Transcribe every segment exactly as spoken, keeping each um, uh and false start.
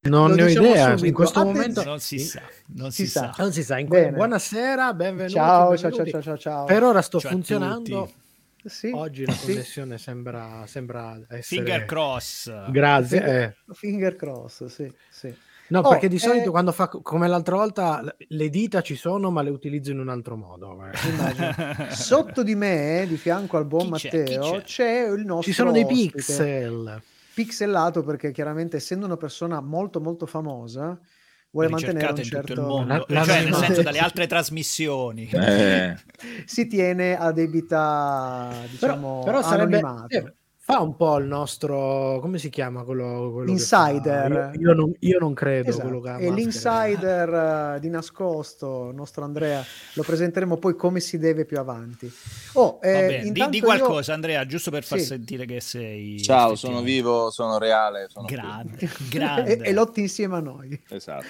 Non Lo ne ho diciamo idea, subito. in questo Attenz- momento Non si sa, non si si, sa. sa. non si sa. In que- Bene. Buonasera, benvenuti. Ciao, ciao, benvenuti. ciao, ciao, ciao. Per ora sto Ciao a funzionando. tutti. Sì, Oggi la sì. connessione sembra, sembra essere. Finger cross. Grazie. Finger, eh. finger cross, sì, sì. No, Oh, perché di solito eh, quando fa co- come l'altra volta, l- le dita ci sono, ma le utilizzo in un altro modo. eh. immagino. Sotto di me, di fianco al buon Chi c'è? Chi Matteo, c'è? c'è il nostro Ci sono dei ospite. pixel. Pixelato perché chiaramente essendo una persona molto molto famosa vuole mantenere Ricercata un in tutto il certo mondo, La- cioè nel l'anonimato. senso dalle altre trasmissioni. Eh, si tiene a debita, diciamo, Però, però sarebbe anonimato. eh, fa un po' il nostro, come si chiama quello, quello che Insider. fa? Io, io non, io non credo Esatto. quello che ha E maschera. l'insider eh, di nascosto, il nostro Andrea, lo presenteremo poi come si deve più avanti. Oh, Va eh, bene, di, intanto di io- qualcosa Andrea, giusto per far Sì. sentire che sei ciao, sono effettivamente vivo, sono reale. Sono qui. grande, grande. e, e lotti insieme a noi. Esatto.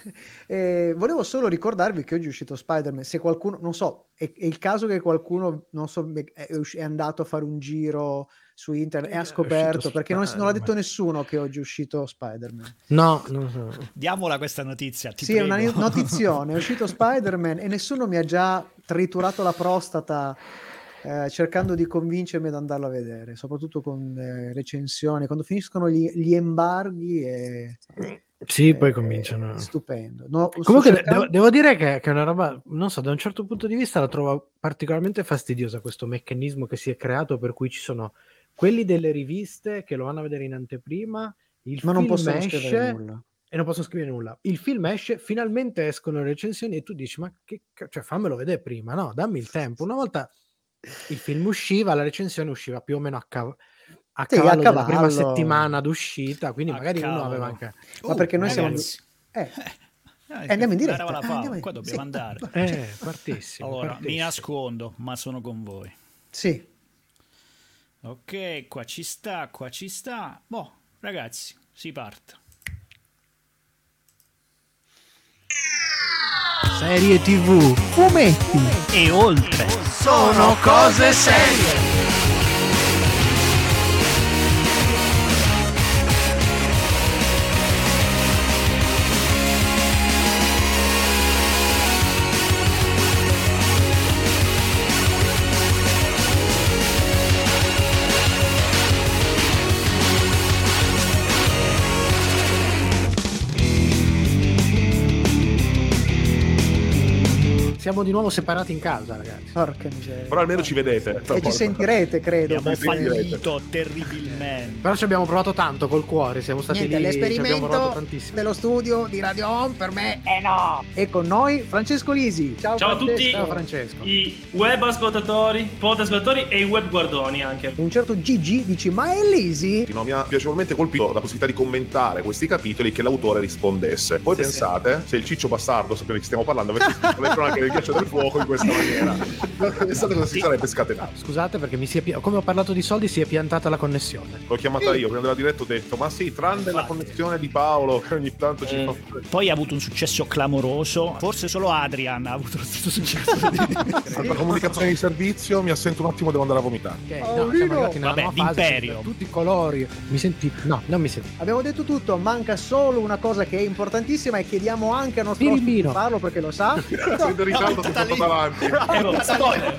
Eh, volevo solo ricordarvi che oggi è uscito Spider-Man. Se qualcuno, non so, è, è il caso che qualcuno, non so, è, è andato a fare un giro su internet e È ha scoperto, uscito perché non, non l'ha detto Spider-Man. nessuno che oggi è uscito Spider-Man. No, non so. Diamola questa notizia, ti Sì, è una prego. notizione, è uscito Spider-Man e nessuno mi ha già triturato la prostata eh, cercando di convincermi ad andarlo a vedere, soprattutto con eh, recensioni, quando finiscono gli, gli embarghi è, Sì, è poi cominciano. stupendo. No, sto Comunque de- cercando- devo, devo dire che, che è una roba, non so, da un certo punto di vista la trovo particolarmente fastidiosa questo meccanismo che si è creato per cui ci sono quelli delle riviste che lo vanno a vedere in anteprima, il ma non film possono scrivere esce nulla. e non possono scrivere nulla. Il film esce, finalmente escono le recensioni e tu dici ma che ca- cioè fammelo vedere prima, no? Dammi il tempo. Una volta il film usciva, la recensione usciva più o meno a, cav- a Sì, a cavallo della prima cavallo. settimana d'uscita, quindi A magari uno cavolo. aveva anche Ma Uh, perché noi siamo- ragazzi. Eh, Eh, Eh, andiamo in diretta. era la Ah, fava, andiamo in- qua dobbiamo sì. andare. eh, partissimo, Allora, mi partissimo. nascondo, ma sono con voi. sì. Ok, qua ci sta, qua ci sta. Boh, ragazzi, si parte. Serie tivù, Fumetti. E oltre. sono cose serie. Siamo di nuovo separati in casa, ragazzi. Porca miseria. Però almeno ci vedete. E ci sentirete, credo. Abbiamo perché- fallito terribilmente. Però ci abbiamo provato tanto col cuore, siamo stati Niente, lì, ci abbiamo provato l'esperimento tantissimo. dello studio di Radio Home per me è no. E con noi Francesco Lisi. Ciao, Ciao a Francesco. tutti. Ciao Francesco. I web ascoltatori, pod ascoltatori e i web guardoni anche. Un certo Gigi dici, ma è Lisi? No, mi ha piacevolmente colpito la possibilità di commentare questi capitoli che l'autore rispondesse. Voi Sì, pensate se il ciccio bastardo, sapete di chi stiamo parlando, avesse scritto le cronache del ghiaccio del fuoco in questa maniera, pensate cosa si sarebbe scatenato. Scusate perché mi si è pi- come ho parlato di soldi si è piantata la connessione. L'ho chiamata io, prima della diretta ho detto, ma sì, tranne la connessione di Paolo che ogni tanto ci fa... Poi ha avuto un successo clamoroso. Forse solo Adrian ha avuto lo stesso successo. La comunicazione di servizio, mi assento un attimo, devo andare a vomitare. Ok, Oh, no, Lino. siamo arrivati nella Vabbè, nuova fase, d'Imperio. per tutti i colori. Mi senti? No, non mi senti. Abbiamo detto tutto, manca solo una cosa che è importantissima e chiediamo anche al nostro ospite di Birimbino. farlo perché lo sa. Sei in ritardo, sei buttata lì. stato davanti. Ecco, spoiler.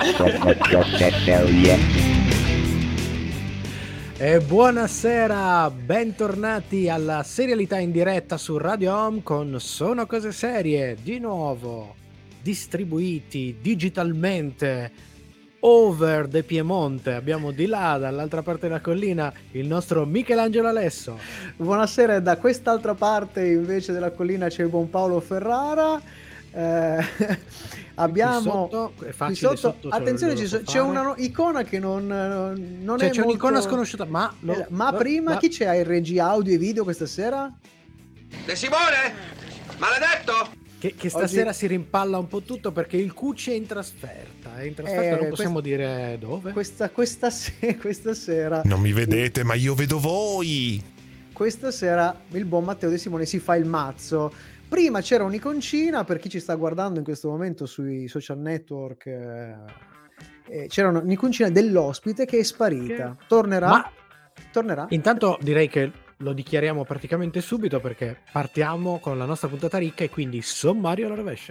E buonasera, bentornati alla serialità in diretta su Radio Home con Sono Cose Serie, di nuovo distribuiti digitalmente over the Piemonte. Abbiamo di là, dall'altra parte della collina, il nostro Michelangelo Alesso. Buonasera, da quest'altra parte invece della collina c'è il buon Paolo Ferrara. Eh, abbiamo Qui sotto, è qui facile, sotto- sotto ce lo- attenzione, lo ci so so- c'è fare. una no- icona che non, non non Cioè, è c'è molto... un'icona sconosciuta, ma... lo- Eh, ma lo- prima ma- chi c'è in regia audio e video questa sera? De Simone? Maledetto? Che, che stasera si rimpalla un po' tutto perché il Cucci è in trasferta. È in trasferta, Eh, non possiamo dire dove. Questa, questa, se- questa sera Non mi vedete, ma io vedo voi. questa sera il buon Matteo De Simone si fa il mazzo. Prima c'era un'iconcina, per chi ci sta guardando in questo momento sui social network, eh, eh, c'era un'iconcina dell'ospite che è sparita. Tornerà? Ma Tornerà? intanto direi che lo dichiariamo praticamente subito perché partiamo con la nostra puntata ricca e quindi sommario alla rovescia.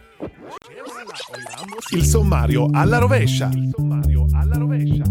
Il sommario alla rovescia. Il sommario alla rovescia.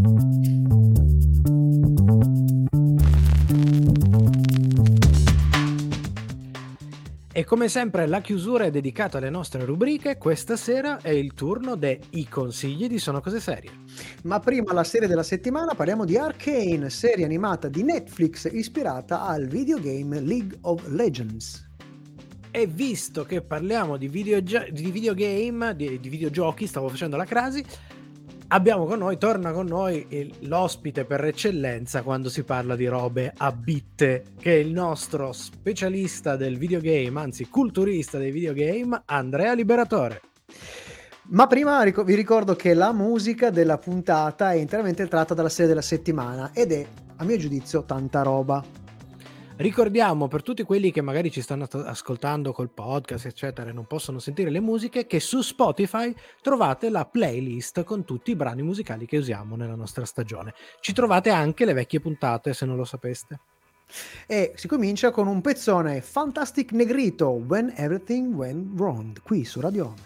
E come sempre la chiusura è dedicata alle nostre rubriche. Questa sera è il turno dei consigli di Sono Cose Serie. Ma prima la serie della settimana parliamo di Arcane, serie animata di Netflix ispirata al videogame League of Legends. E visto che parliamo di, videogio- di videogame, di, di videogiochi, stavo facendo la crasi, abbiamo con noi, torna con noi il, l'ospite per eccellenza quando si parla di robe a bitte, che è il nostro specialista del videogame, anzi culturista dei videogame, Andrea Liberatore. Ma prima ric- vi ricordo che la musica della puntata è interamente tratta dalla serie della settimana ed è, a mio giudizio, tanta roba. Ricordiamo per tutti quelli che magari ci stanno ascoltando col podcast eccetera e non possono sentire le musiche che su Spotify trovate la playlist con tutti i brani musicali che usiamo nella nostra stagione. Ci trovate anche le vecchie puntate se non lo sapeste. E si comincia con un pezzone Fantastic Negrito, When Everything Went Wrong, qui su Radio Home.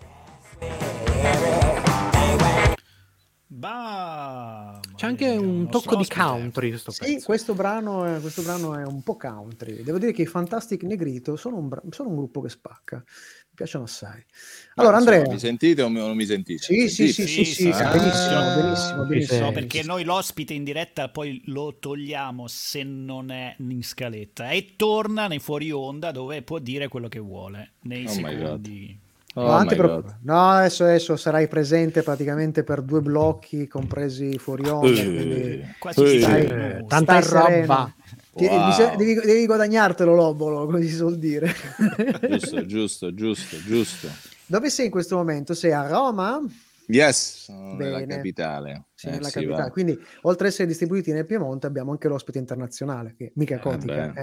Bah, c'è anche un tocco di country questo sì, pezzo. questo brano, è, questo brano è un po' country. Devo dire che i Fantastic Negrito sono un, bra- sono un gruppo che spacca, mi piacciono assai. Allora, Insomma, Andrea, mi sentite o mi- o non mi sentite? sì, sì, Sentite? sì, sì, sì, Ah. benissimo, benissimo, benissimo. No, perché noi l'ospite in diretta poi lo togliamo se non è in scaletta e torna nei fuori onda dove può dire quello che vuole nei Oh my secondi. Oh No, non ti my preoccupare. God. No, adesso, adesso sarai presente praticamente per due blocchi compresi fuori onda, quindi Eh, Quasi ci eh, sei eh, tu. tanta stai sereno. roba. Ti- Wow. bisogna- devi, devi guadagnartelo l'obolo, come si suol dire. Giusto, giusto, giusto, giusto. Dove sei in questo momento? Sei a Roma? Yes, sono nella Bene. capitale. Sì, Eh, nella sì, capitale. va. Quindi, oltre ad essere distribuiti nel Piemonte, abbiamo anche l'ospite internazionale, che mica è Kotica. beh. Eh.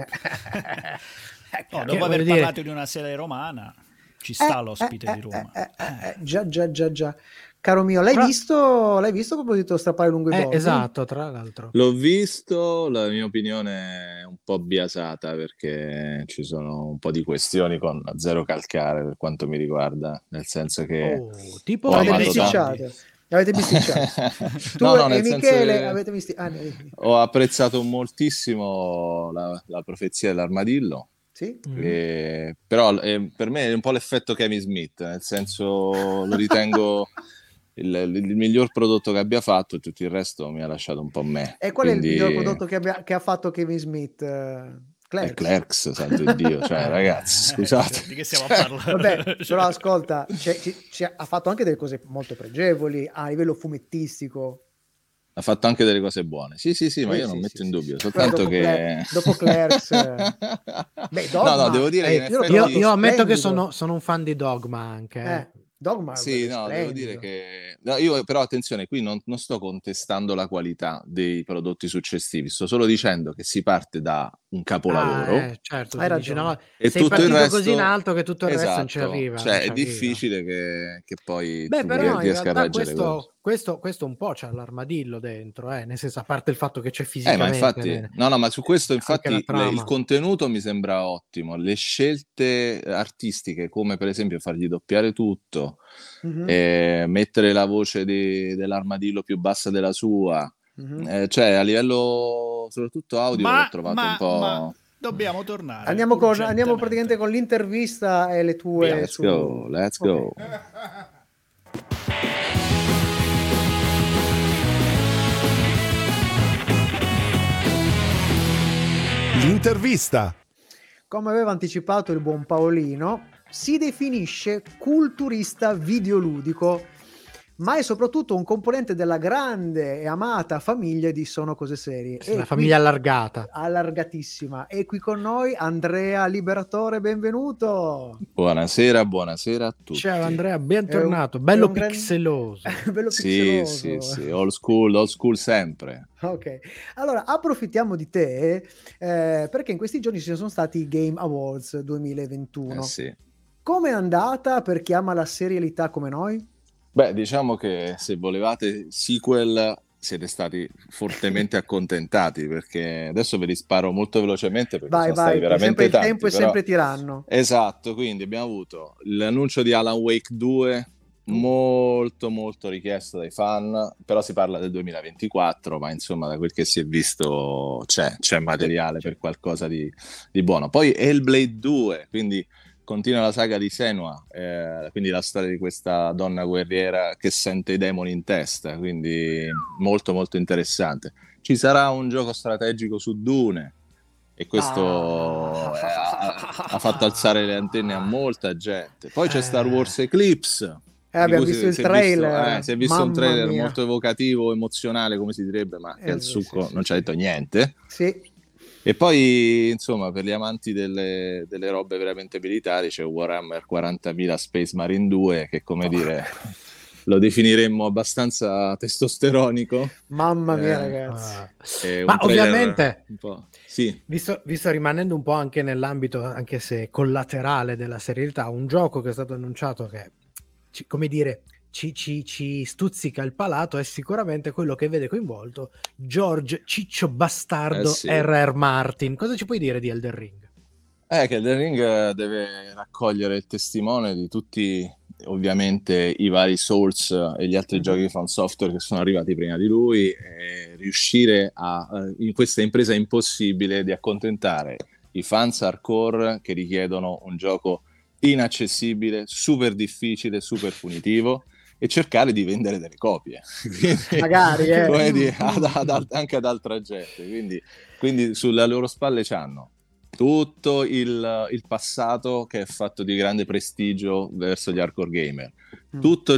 No, Che dopo voglio aver dire- parlato di una serie romana, ci sta Eh, l'ospite eh, di Roma. eh, eh, eh, già, già, già, già. Caro mio, l'hai Fra- visto? L'hai visto a proposito di strappare lungo i Eh, bordi? esatto, tra l'altro. L'ho visto, la mia opinione è un po' biasata perché ci sono un po' di questioni con zero calcare per quanto mi riguarda, nel senso che Oh, tipo ho L'avete amato bisticciato? L'avete bisticciato? Tu No, no, e nel senso Michele che avete bisticciato? Ah, no, ho apprezzato moltissimo la, la profezia dell'armadillo. sì? Mm. E- però eh, per me è un po' l'effetto Kevin Smith, nel senso lo ritengo il, il miglior prodotto che abbia fatto e tutto il resto mi ha lasciato un po' me. E qual è il Quindi- miglior prodotto che, abbia- che ha fatto Kevin Smith? Eh, Eh, Clerks. Clerks, santo Dio, cioè ragazzi, scusate. Di che stiamo a parlare? Vabbè, però ascolta, c'è- ci- ci ha ha fatto anche delle cose molto pregevoli a livello fumettistico. Ha fatto anche delle cose buone. Sì, sì, sì, ma Sì, io non sì, metto sì, in sì, dubbio, sì. soltanto Però dopo che... Cler- dopo Clerks, eh. Beh, No, Dogma, no, devo dire eh, che in io l'ho effetti... Io, trovato io ammetto che splendido. sono, sono un fan di Dogma anche. eh. Eh, Dogma Sì, è no, devo splendido. dire che... no, io però attenzione, qui non, non sto contestando la qualità dei prodotti successivi, sto solo dicendo che si parte da un capolavoro. Ah, eh, certo, Hai tu dici, ragione. no, E sei tutto il partito resto così in alto che tutto il resto non ci esatto, arriva. cioè non ci è arriva. difficile che, che poi Beh, tu però in riesca a realtà reggere quello. questo, questo, questo un po' c'ha l'armadillo dentro, eh, nel senso, a parte il fatto che c'è Eh, ma fisicamente. infatti, bene. no, no, ma su questo Anche infatti la le- trama. il contenuto mi sembra ottimo, le scelte artistiche come per esempio fargli doppiare tutto, Mhm, eh, mettere la voce di- dell'armadillo più bassa della sua, mhm. eh, cioè a livello soprattutto audio l'ho Ma, trovato ma, un po'... ma dobbiamo tornare. Andiamo, con, urgentemente. andiamo praticamente con l'intervista e le tue... Let's su- go, let's Ok. go. L'intervista. Come aveva anticipato il buon Paolino, si definisce culturista videoludico, ma è soprattutto un componente della grande e amata famiglia di Sono Cose Serie. Sì, E la qui- famiglia allargata. allargatissima. E qui con noi Andrea Liberatore, benvenuto. Buonasera, buonasera a tutti. Ciao Andrea, È un- bentornato. è Bello un gran- pixeloso. Bello Sì, pixeloso. sì, sì, old school, old school sempre. Ok, allora approfittiamo di te eh, perché in questi giorni ci sono stati i Game Awards duemilaventuno. Eh sì. Come è andata per chi ama la serialità come noi? Beh, diciamo che se volevate sequel siete stati fortemente accontentati, perché adesso ve li sparo molto velocemente perché Vai, sono vai, stati che veramente sempre il tanti, tempo è però... sempre tiranno. Esatto, quindi abbiamo avuto l'annuncio di Alan Wake due, molto molto richiesto dai fan, però si parla del duemilaventiquattro, ma insomma da quel che si è visto c'è, c'è materiale per qualcosa di, di buono. Poi Hellblade due, quindi continua la saga di Senua, eh, quindi la storia di questa donna guerriera che sente i demoni in testa, quindi molto molto interessante. Ci sarà un gioco strategico su Dune, e questo eh, ha, ha fatto alzare le antenne a molta gente. Poi c'è Star Wars Eclipse, Eh, abbiamo si, visto il si trailer, È visto, eh, si è visto un mamma trailer mia. molto evocativo, emozionale, come si direbbe, ma che Eh, al sì, succo sì, non sì, ci ha sì. detto niente. Sì. E poi, insomma, per gli amanti delle, delle robe veramente militari c'è Warhammer quarantamila Space Marine due, che, come dire, lo definiremmo abbastanza testosteronico. Mamma mia, Eh, ragazzi. è un Ma trailer ovviamente, un po'... Sì. visto, visto rimanendo un po' anche nell'ambito, anche se collaterale della serialità, un gioco che è stato annunciato che, ci- come dire, ci, ci, ci stuzzica il palato è sicuramente quello che vede coinvolto George Ciccio Bastardo Eh sì. R R. Martin. Cosa ci puoi dire di Elden Ring? Eh, che Elden Ring deve raccogliere il testimone di tutti, ovviamente, i vari Souls e gli altri Mhm. giochi di From Software che sono arrivati prima di lui, e riuscire a, eh, in questa impresa impossibile, di accontentare i fans hardcore che richiedono un gioco inaccessibile, super difficile, super punitivo, e cercare di vendere delle copie. Quindi, Magari, eh. come dire, Mm, ad- ad- mm. ad- anche ad altra gente. Quindi, quindi sulle loro spalle c'hanno tutto il, il passato che è fatto di grande prestigio verso gli hardcore gamer, Mm. tutte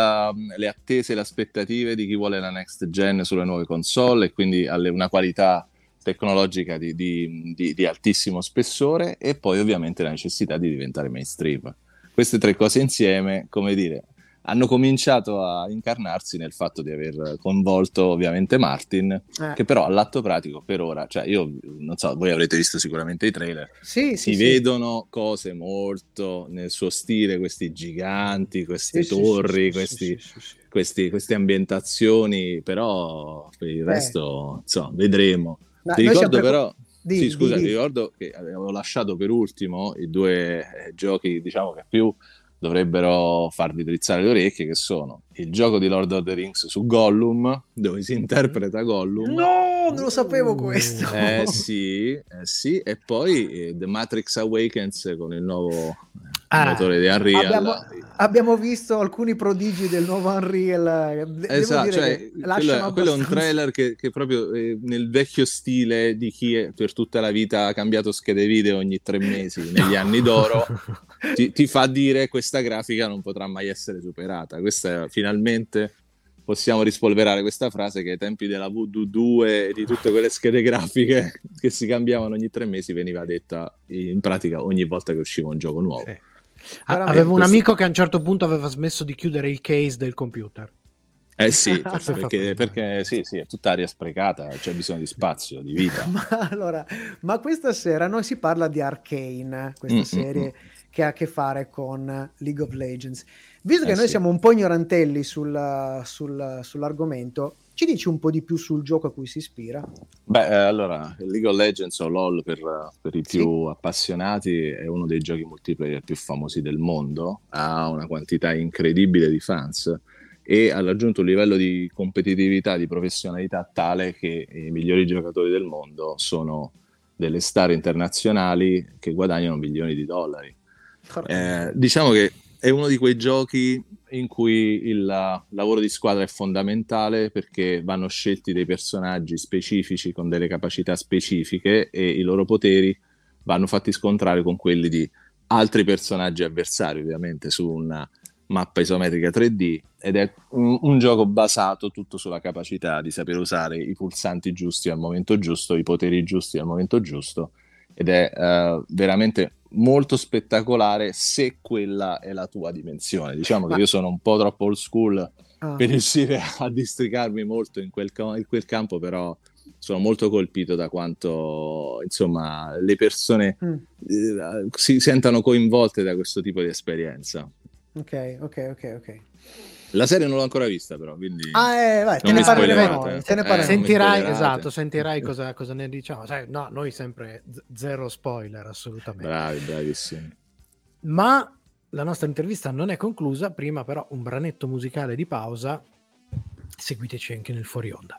le attese e le aspettative di chi vuole la next gen sulle nuove console, e quindi alle, una qualità tecnologica di, di, di, di altissimo spessore, e poi ovviamente la necessità di diventare mainstream. Queste tre cose insieme, come dire, hanno cominciato a incarnarsi nel fatto di aver coinvolto ovviamente Martin, Eh. che però all'atto pratico per ora, cioè io non so, voi avrete visto sicuramente i trailer, Sì, si sì, sì. vedono cose molto nel suo stile, questi giganti, queste Sì, sì, torri, sì, sì, questi, sì, sì, sì. questi- queste ambientazioni, però per il Beh. resto, insomma, vedremo. Ma Ti noi ricordo siamo preco- però, Di- sì, di- scusa, di- ti ricordo che avevo lasciato per ultimo i due eh, giochi, diciamo, che più dovrebbero farvi drizzare le orecchie, che sono il gioco di Lord of the Rings su Gollum, dove si interpreta Gollum. No, non lo sapevo questo. Eh sì, eh sì, e poi eh, The Matrix Awakens con il nuovo eh, Ah, motore di Unreal. Abbiamo, abbiamo visto alcuni prodigi del nuovo Unreal. De- devo Esatto, dire cioè, che quello, lasciano è, quello è un abbastanza- trailer che, che proprio eh, nel vecchio stile di chi è, per tutta la vita ha cambiato schede video ogni tre mesi negli anni d'oro, ti, ti fa dire questa grafica non potrà mai essere superata. Questa è, finalmente possiamo rispolverare questa frase che ai tempi della V D due e di tutte quelle schede grafiche che si cambiavano ogni tre mesi veniva detta in pratica ogni volta che usciva un gioco nuovo. Sì. A- Veramente, Avevo un questo- amico che a un certo punto aveva smesso di chiudere il case del computer. Eh sì, per- Questo è fatto perché, bene. perché sì, sì, è tutta aria sprecata, c'è bisogno di spazio, di vita. Ma allora, ma questa sera noi si parla di Arcane, questa Mm, mm, serie che ha a che fare con League of Legends. Visto Eh che noi sì. siamo un po' ignorantelli sul- sul- sull'argomento, ci dici un po' di più sul gioco a cui si ispira? Beh, eh, allora, League of Legends o LoL per, per i Sì. più appassionati è uno dei giochi multiplayer più famosi del mondo, ha una quantità incredibile di fans e ha raggiunto un livello di competitività, di professionalità tale che i migliori giocatori del mondo sono delle star internazionali che guadagnano milioni di dollari. Eh, diciamo che è uno di quei giochi in cui il la- lavoro di squadra è fondamentale, perché vanno scelti dei personaggi specifici con delle capacità specifiche e i loro poteri vanno fatti scontrare con quelli di altri personaggi avversari, ovviamente su una mappa isometrica tre D, ed è un, un gioco basato tutto sulla capacità di saper usare i pulsanti giusti al momento giusto, i poteri giusti al momento giusto, ed è eh, veramente molto spettacolare se quella è la tua dimensione. Diciamo che Ma- io sono un po' troppo old school Ah. per riuscire a districarmi molto in quel, ca- in quel campo, però sono molto colpito da quanto, insomma, le persone Mm. eh, si sentano coinvolte da questo tipo di esperienza. Ok, ok, ok, ok. La serie non l'ho ancora vista, però, quindi Ah, eh, vai, te non ne mi parleremo spoilerate. noi, te ne Eh, parleremo. non mi Sentirai, spoilerate. esatto, sentirai cosa, cosa ne diciamo. Sai, no, noi sempre z- zero spoiler, assolutamente. Bravi, bravissimi. Ma la nostra intervista non è conclusa, prima però un branetto musicale di pausa. Seguiteci anche nel fuori onda.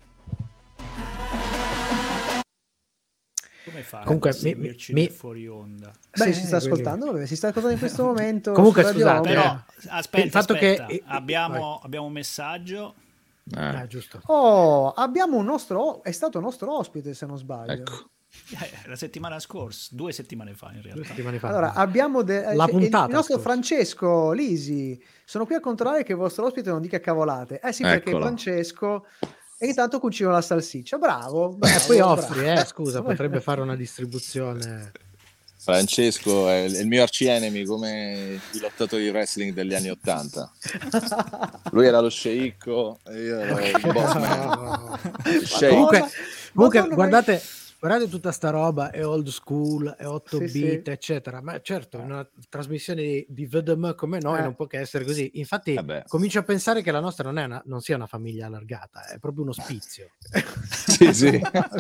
Come fare Comunque, a mi- seguirci mi- nel fuori onda? Beh, Beh, si sta quindi- ascoltando, vabbè, si sta ascoltando in questo momento. Comunque, su Radio scusate, Home. Però, Eh, aspetta, il fatto aspetta. che- eh, abbiamo, abbiamo un messaggio. Eh, Ah, giusto. Oh, abbiamo un nostro, è stato nostro ospite se non sbaglio. ecco. Eh, la settimana scorsa, due settimane fa in Due realtà. settimane fa. Allora, abbiamo de- La c'è- puntata, il nostro scusa. Francesco Lisi. Sono qui a controllare che il vostro ospite non dica cavolate. Eh sì, perché Eccolo. Francesco e intanto cucina la salsiccia. Bravo, bravo, E poi bravo. offri, eh, scusa, potrebbe fare una distribuzione. Francesco è il il mio arcienemy come i lottatori di wrestling degli anni Ottanta. Lui era lo sceicco e io ero il boss man. Il sheik. Comunque, Madonna, comunque Madonna, guardate, guardate tutta sta roba, è old school, è otto Sì, bit, sì. eccetera. Ma certo, in una trasmissione di, di V D M come noi Eh. non può che essere così. Infatti, Vabbè. comincio a pensare che la nostra non, è una, non sia una famiglia allargata, è proprio un ospizio. Sì, sì.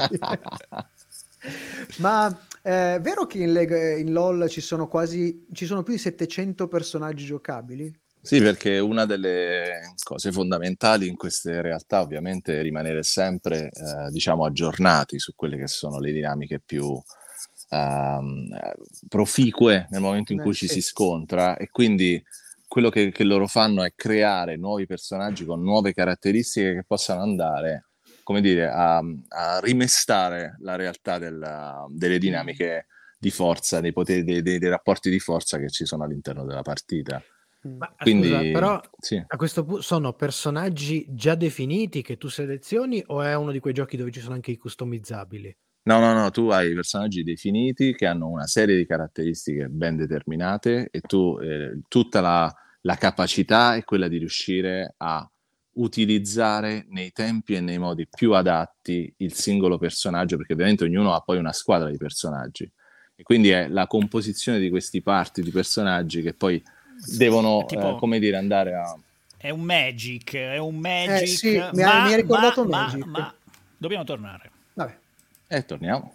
Ma è vero che in, Leg- in LoL ci sono quasi ci sono più di settecento personaggi giocabili? Sì, perché una delle cose fondamentali in queste realtà ovviamente è rimanere sempre, eh, diciamo, aggiornati su quelle che sono le dinamiche più ehm, proficue nel momento in Eh, cui ci sì. si scontra, e quindi quello che, che loro fanno è creare nuovi personaggi con nuove caratteristiche che possano andare, come dire, a, a rimestare la realtà della- delle dinamiche di forza, dei poteri, dei, dei- dei rapporti di forza che ci sono all'interno della partita. Ma Quindi, scusa, però sì. a questo punto sono personaggi già definiti che tu selezioni o è uno di quei giochi dove ci sono anche i customizzabili? No, no, no, tu hai personaggi definiti che hanno una serie di caratteristiche ben determinate e tu, eh, tutta la, la capacità è quella di riuscire a utilizzare nei tempi e nei modi più adatti il singolo personaggio, perché ovviamente ognuno ha poi una squadra di personaggi. E quindi è la composizione di questi parti di personaggi che poi devono, È tipo- eh, come dire, andare a... È un Magic, è un Magic. Eh, sì, mi ha- ma, mi ha ricordato ma, Magic. Ma, ma dobbiamo tornare. Vabbè. E torniamo.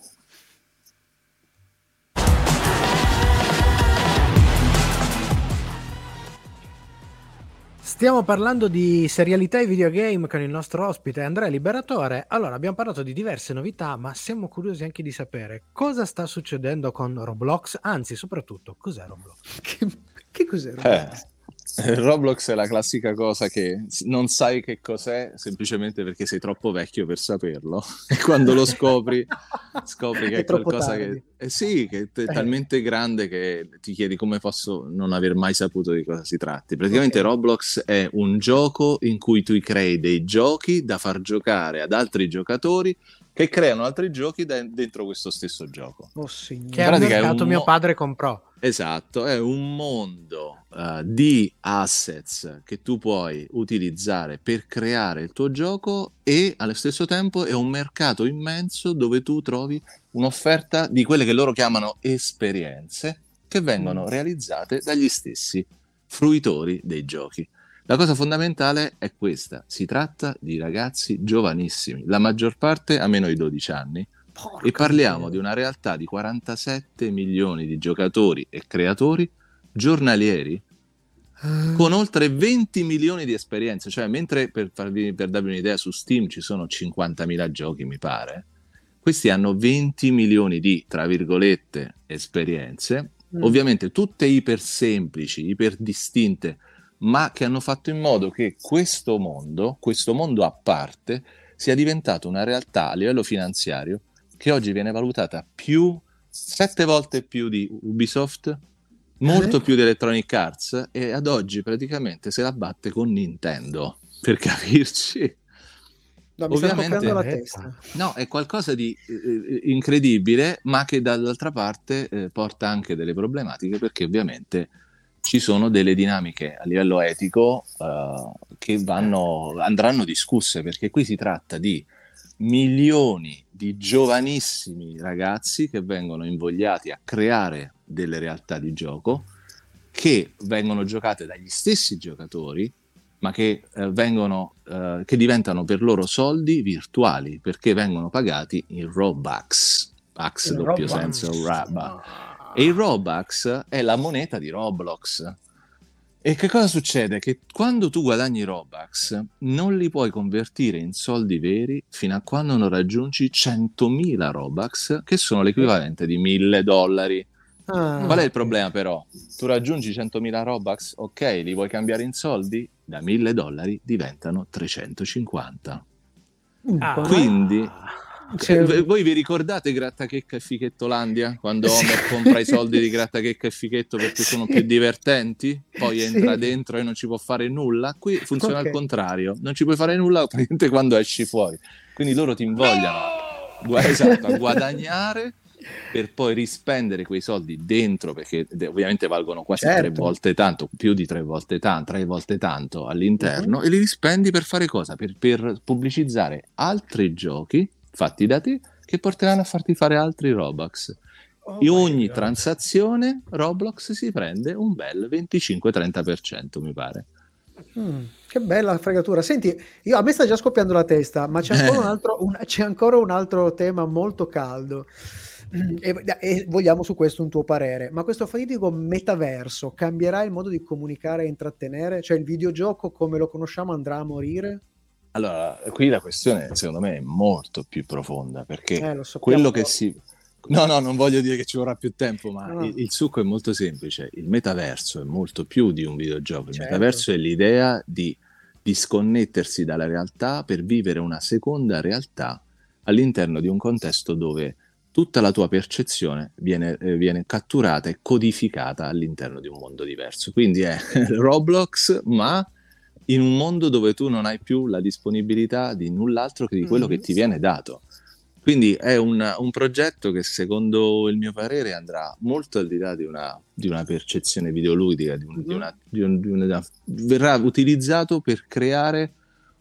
Stiamo parlando di serialità e videogame con il nostro ospite Andrea Liberatore. Allora, abbiamo parlato di diverse novità, ma siamo curiosi anche di sapere cosa sta succedendo con Roblox, anzi, soprattutto, cos'è Roblox? Che, che cos'è? Eh, Roblox è la classica cosa che s- non sai che cos'è semplicemente perché sei troppo vecchio per saperlo e quando lo scopri scopri che È è, troppo qualcosa tardi. che eh sì, che è Eh. talmente grande che ti chiedi come posso non aver mai saputo di cosa si tratti. Praticamente Ok. Roblox è un gioco in cui tu crei dei giochi da far giocare ad altri giocatori che creano altri giochi da- dentro questo stesso gioco. Oh, signore. Che è In un pratica è mercato un mio mo- padre comprò. Esatto, è un mondo eh, di assets che tu puoi utilizzare per creare il tuo gioco e allo stesso tempo è un mercato immenso dove tu trovi un'offerta di quelle che loro chiamano esperienze che vengono realizzate dagli stessi fruitori dei giochi. La cosa fondamentale è questa: si tratta di ragazzi giovanissimi, la maggior parte ha meno di dodici anni. Porca E parliamo miseria. di una realtà di quarantasette milioni di giocatori e creatori giornalieri con oltre venti milioni di esperienze. Cioè, mentre per, farvi, per darvi un'idea, su Steam ci sono cinquantamila giochi, mi pare, questi hanno venti milioni di, tra virgolette, esperienze, Mm. ovviamente tutte iper semplici, iper distinte, ma che hanno fatto in modo che questo mondo, questo mondo a parte, sia diventato una realtà a livello finanziario che oggi viene valutata più, sette volte più di Ubisoft, molto Eh? più di Electronic Arts, e ad oggi praticamente se la batte con Nintendo, per capirci. No, mi sta Ovviamente- scoppiando la Benedetta. testa. No, è qualcosa di eh, incredibile, ma che dall'altra parte eh, porta anche delle problematiche, perché ovviamente ci sono delle dinamiche a livello etico eh, che vanno, andranno discusse, perché qui si tratta di milioni di giovanissimi ragazzi che vengono invogliati a creare delle realtà di gioco che vengono giocate dagli stessi giocatori ma che eh, vengono eh, che diventano per loro soldi virtuali, perché vengono pagati in Robux, Bucks Il doppio Robux. senso, Raba. E il Robux è la moneta di Roblox. E che cosa succede? Che quando tu guadagni Robux non li puoi convertire in soldi veri fino a quando non raggiungi centomila Robux, che sono l'equivalente di mille dollari. Ah, Qual è il ok. problema però? Tu raggiungi centomila Robux, ok, li vuoi cambiare in soldi? Da mille dollari diventano trecentocinquanta. Mm, Ah. come- Quindi, C'è- eh, voi vi ricordate Grattachecca e Fichettolandia? Quando Homer compra i soldi di Grattachecca e Fichetto perché sono Sì. più divertenti? Poi Sì. entra dentro e non ci può fare nulla? Qui funziona Ok. al contrario, non ci puoi fare nulla praticamente quando esci fuori. Quindi loro ti invogliano gu- esatto, a guadagnare per poi rispendere quei soldi dentro, perché de- ovviamente valgono quasi Certo. tre volte tanto, più di tre volte tanto, tre volte tanto all'interno, Mhm. e li rispendi per fare cosa? Per, per pubblicizzare altri giochi fatti da te che porteranno a farti fare altri Robux. Oh E my ogni God. transazione Roblox si prende un bel venticinque trenta per cento, mi pare. Mm, che bella fregatura. Senti, io, a me sta già scoppiando la testa, ma c'è ancora un altro, un- c'è ancora un altro tema molto caldo. Mm, E, e vogliamo su questo un tuo parere. Ma questo fatidico metaverso cambierà il modo di comunicare e intrattenere? Cioè il videogioco come lo conosciamo andrà a morire? Allora, qui la questione secondo me è molto più profonda, perché Eh, lo sappiamo quello che dopo. si... No, no, non voglio dire che ci vorrà più tempo, ma No. il, il succo è molto semplice. Il metaverso è molto più di un videogioco. Il Certo. metaverso è l'idea di disconnettersi dalla realtà per vivere una seconda realtà all'interno di un contesto dove tutta la tua percezione viene, eh, viene catturata e codificata all'interno di un mondo diverso. Quindi è Roblox, ma in un mondo dove tu non hai più la disponibilità di null'altro che di quello Mhm. che ti viene dato. Quindi è un, un progetto che secondo il mio parere andrà molto al di là di una, di una percezione videoludica, di un, di una, di un, di una, verrà utilizzato per creare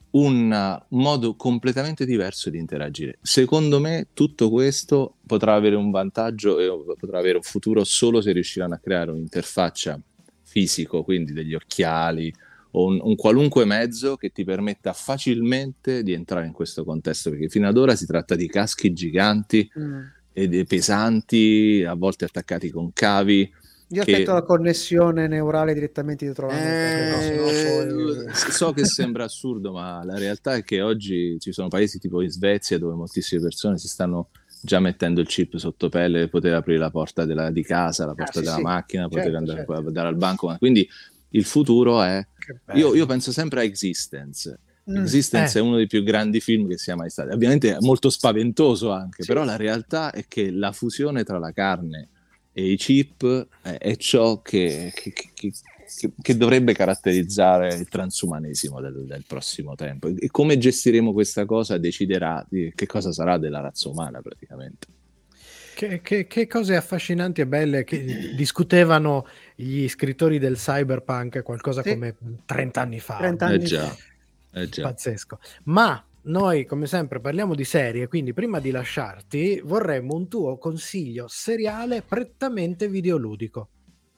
un modo completamente diverso di interagire. Secondo me tutto questo potrà avere un vantaggio e potrà avere un futuro solo se riusciranno a creare un'interfaccia fisico, quindi degli occhiali o un, un qualunque mezzo che ti permetta facilmente di entrare in questo contesto, perché fino ad ora si tratta di caschi giganti Mm. ed e pesanti, a volte attaccati con cavi. Io che... aspetto la connessione neurale direttamente dietro la nuca, se no Eh, poi... so che sembra assurdo, ma la realtà è che oggi ci sono paesi tipo in Svezia dove moltissime persone si stanno già mettendo il chip sotto pelle per poter aprire la porta della, di casa, la porta sì, della sì. macchina, poter Certo, andare, certo. andare al banco. Quindi il futuro è... Che bello. Io, io penso sempre a Existence. Mm. Existence Eh. è uno dei più grandi film che sia mai stato. Ovviamente è molto spaventoso anche, Sì. però la realtà è che la fusione tra la carne e i chip è, è ciò che, che, che, che, che dovrebbe caratterizzare il transumanesimo del, del prossimo tempo. E come gestiremo questa cosa deciderà di che cosa sarà della razza umana praticamente. Che, che- che cose affascinanti e belle che discutevano gli scrittori del cyberpunk qualcosa Sì. come trenta anni fa. trenta Eh anni già, fa. eh già. Pazzesco. Ma noi, come sempre, parliamo di serie, quindi prima di lasciarti vorremmo un tuo consiglio seriale prettamente videoludico.